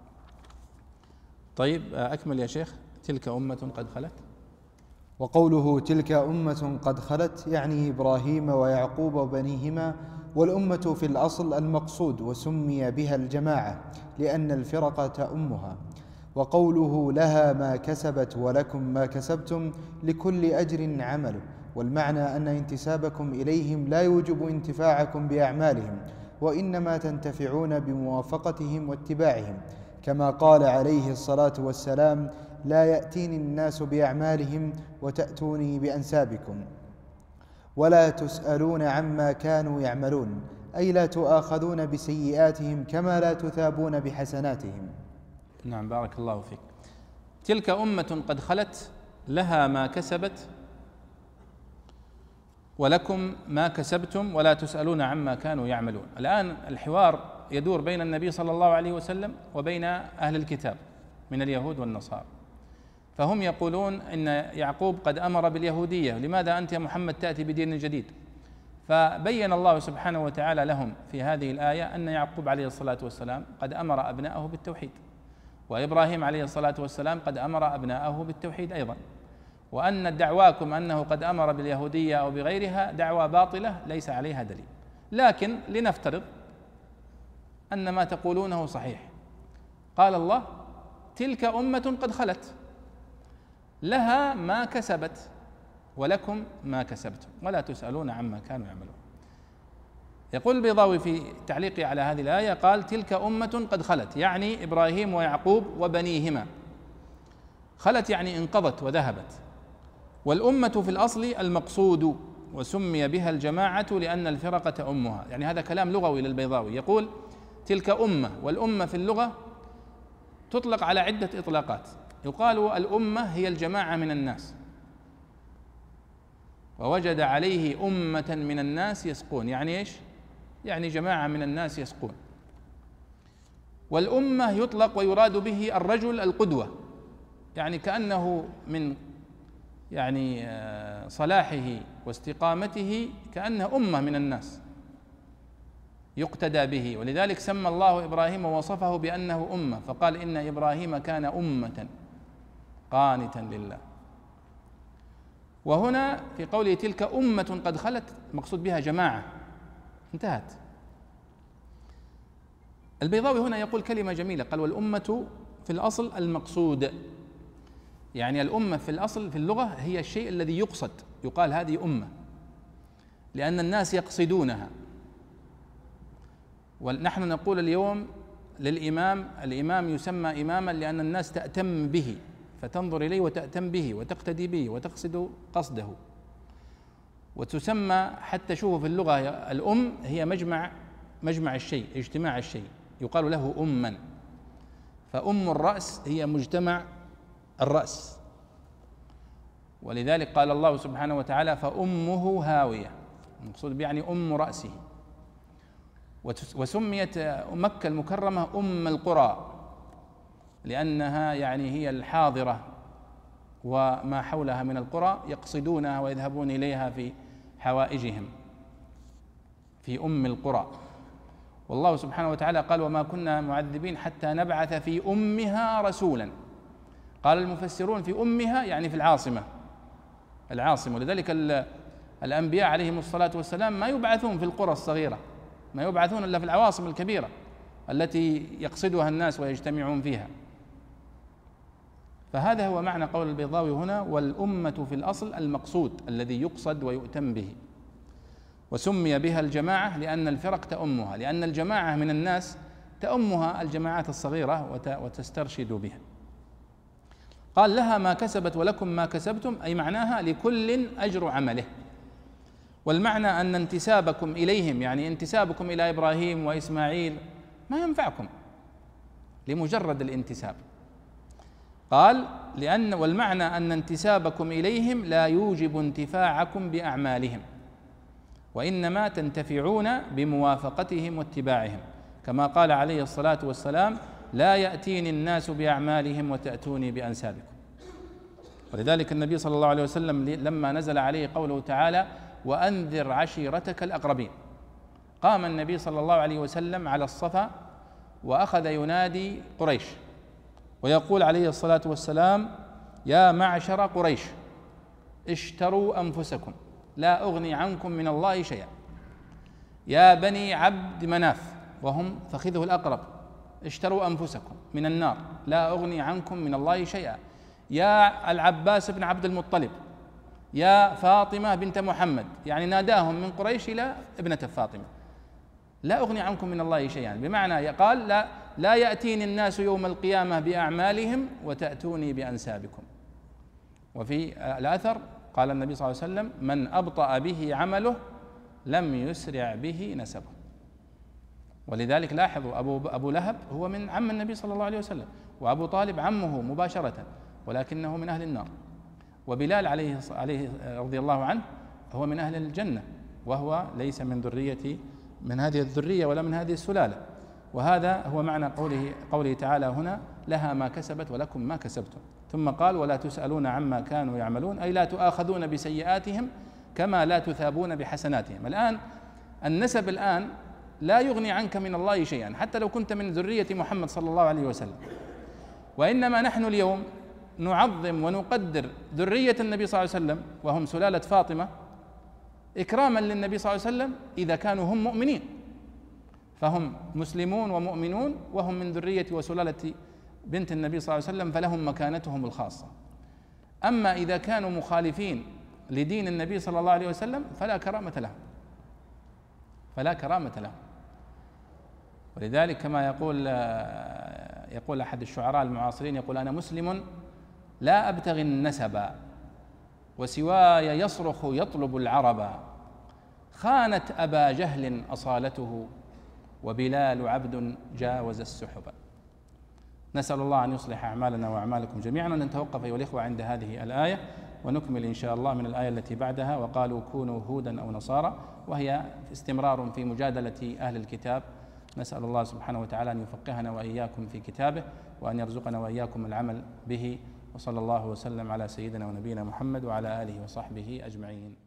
طيب أكمل يا شيخ. تلك أمة قد خلت. وقوله تلك أمة قد خلت يعني إبراهيم ويعقوب وبنيهما والأمة في الأصل المقصود، وسمي بها الجماعة لأن الفرقة أمها. وقوله لها ما كسبت ولكم ما كسبتم لكل أجر عمله، والمعنى أن انتسابكم إليهم لا يوجب انتفاعكم بأعمالهم، وإنما تنتفعون بموافقتهم واتباعهم، كما قال عليه الصلاة والسلام: لا يأتيني الناس بأعمالهم وتأتوني بأنسابكم ولا تسألون عما كانوا يعملون، أي لا تؤاخذون بسيئاتهم كما لا تثابون بحسناتهم. نعم، بارك الله فيك. تلك أمة قد خلت لها ما كسبت ولكم ما كسبتم ولا تسألون عما كانوا يعملون. الآن الحوار يدور بين النبي صلى الله عليه وسلم وبين أهل الكتاب من اليهود والنصارى، فهم يقولون إن يعقوب قد أمر باليهودية، لماذا أنت يا محمد تأتي بدين جديد؟ فبين الله سبحانه وتعالى لهم في هذه الآية أن يعقوب عليه الصلاة والسلام قد أمر أبناءه بالتوحيد، وإبراهيم عليه الصلاة والسلام قد أمر أبناءه بالتوحيد أيضا، وأن دعواكم أنه قد أمر باليهودية أو بغيرها دعوى باطلة ليس عليها دليل. لكن لنفترض أن ما تقولونه صحيح. قال الله: تلك أمة قد خلت لها ما كسبت ولكم ما كسبتم ولا تسألون عما كانوا يعملون. يقول البيضاوي في تعليقه على هذه الآية، قال: تلك أمة قد خلت، يعني إبراهيم ويعقوب وبنيهما. خلت يعني انقضت وذهبت. والأمة في الأصل المقصود، وسمي بها الجماعة لأن الفرقة أمها. يعني هذا كلام لغوي للبيضاوي، يقول تلك أمة، والأمة في اللغة تطلق على عدة إطلاقات. يقال الأمة هي الجماعة من الناس، ووجد عليه أمة من الناس يسقون، يعني إيش؟ يعني جماعة من الناس يسقون. والأمة يطلق ويراد به الرجل القدوة، يعني كأنه من يعني صلاحه واستقامته كأنه أمة من الناس يقتدى به، ولذلك سمى الله إبراهيم ووصفه بأنه أمة، فقال: إن إبراهيم كان أمة قانتا لله. وهنا في قوله تلك أمة قد خلت مقصود بها جماعة، انتهت. البيضاوي هنا يقول كلمة جميلة، قال: والأمة في الأصل المقصود، يعني الأمة في الأصل في اللغة هي الشيء الذي يقصد، يقال هذه أمة لأن الناس يقصدونها. ونحن نقول اليوم للإمام: الإمام يسمى إماما لأن الناس تأتم به، فتنظر إليه وتأتم به وتقتدي به وتقصد قصده. وتسمى حتى شوفوا في اللغة الأم هي مجمع مجمع الشيء، اجتماع الشيء، يقال له أما. فأم الرأس هي مجتمع الرأس، ولذلك قال الله سبحانه وتعالى: فأمه هاوية، المقصود يعني أم رأسه. وسميت مكة المكرمة أم القرى لأنها يعني هي الحاضرة، وما حولها من القرى يقصدونها ويذهبون إليها في حوائجهم، في أم القرى. والله سبحانه وتعالى قال: وما كنا معذبين حتى نبعث في أمها رسولا. قال المفسرون في أمها يعني في العاصمة، العاصمة. ولذلك الأنبياء عليهم الصلاة والسلام ما يبعثون في القرى الصغيرة، ما يبعثون إلا في العواصم الكبيرة التي يقصدها الناس ويجتمعون فيها. فهذا هو معنى قول البيضاوي هنا: والأمة في الأصل المقصود الذي يقصد ويؤتم به. وسمي بها الجماعة لأن الفرق تأمها، لأن الجماعة من الناس تأمها الجماعات الصغيرة وتسترشد بها. قال: لها ما كسبت ولكم ما كسبتم، أي معناها لكل أجر عمله. والمعنى أن انتسابكم إليهم، يعني انتسابكم إلى إبراهيم وإسماعيل ما ينفعكم لمجرد الانتساب. قال: لأن والمعنى أن انتسابكم إليهم لا يوجب انتفاعكم بأعمالهم، وإنما تنتفعون بموافقتهم واتباعهم، كما قال عليه الصلاة والسلام: لا يأتيني الناس بأعمالهم وتأتوني بأنسابكم. ولذلك النبي صلى الله عليه وسلم لما نزل عليه قوله تعالى: وأنذر عشيرتك الأقربين، قام النبي صلى الله عليه وسلم على الصفا وأخذ ينادي قريش ويقول عليه الصلاة والسلام: يا معشر قريش اشتروا أنفسكم لا أغني عنكم من الله شيئا. يا بني عبد مناف، وهم فخذه الأقرب، اشتروا أنفسكم من النار لا أغني عنكم من الله شيئا. يا العباس بن عبد المطلب، يا فاطمة بنت محمد، يعني ناداهم من قريش إلى ابنة فاطمة، لا أغني عنكم من الله شيئا، بمعنى قال لا, لا يأتيني الناس يوم القيامة بأعمالهم وتأتوني بأنسابكم. وفي الأثر قال النبي صلى الله عليه وسلم: من أبطأ به عمله لم يسرع به نسبه. ولذلك لاحظوا أبو, أبو لهب هو من عم النبي صلى الله عليه وسلم، وأبو طالب عمه مباشرة ولكنه من أهل النار، وبلال عليه, عليه رضي الله عنه هو من أهل الجنة وهو ليس من ذرية من هذه الذرية ولا من هذه السلالة. وهذا هو معنى قوله, قوله تعالى هنا: لها ما كسبت ولكم ما كسبتم. ثم قال: ولا تسألون عما كانوا يعملون، أي لا تؤاخذون بسيئاتهم كما لا تثابون بحسناتهم. الآن النسب الآن لا يغني عنك من الله شيئا حتى لو كنت من ذرية محمد صلى الله عليه وسلم، وإنما نحن اليوم نعظم ونقدر ذرية النبي صلى الله عليه وسلم وهم سلالة فاطمة إكراما للنبي صلى الله عليه وسلم إذا كانوا هم مؤمنين، فهم مسلمون ومؤمنون وهم من ذرية وسلالة بنت النبي صلى الله عليه وسلم، فلهم مكانتهم الخاصة. أما إذا كانوا مخالفين لدين النبي صلى الله عليه وسلم فلا كرامة لهم، فلا كرامة لهم. ولذلك كما يقول يقول أحد الشعراء المعاصرين، يقول: أنا مسلم لا أبتغي النسب وسواي يصرخ يطلب العرب، خانت أبا جهل أصالته وبلال عبد جاوز السحب. نسأل الله أن يصلح أعمالنا وأعمالكم جميعا. ونتوقف أيها الإخوة عند هذه الآية ونكمل إن شاء الله من الآية التي بعدها: وقالوا كونوا هودا أو نصارى، وهي استمرار في مجادلة أهل الكتاب. نسأل الله سبحانه وتعالى أن يفقهنا وإياكم في كتابه وأن يرزقنا وإياكم العمل به، وصلى الله وسلم على سيدنا ونبينا محمد وعلى آله وصحبه أجمعين.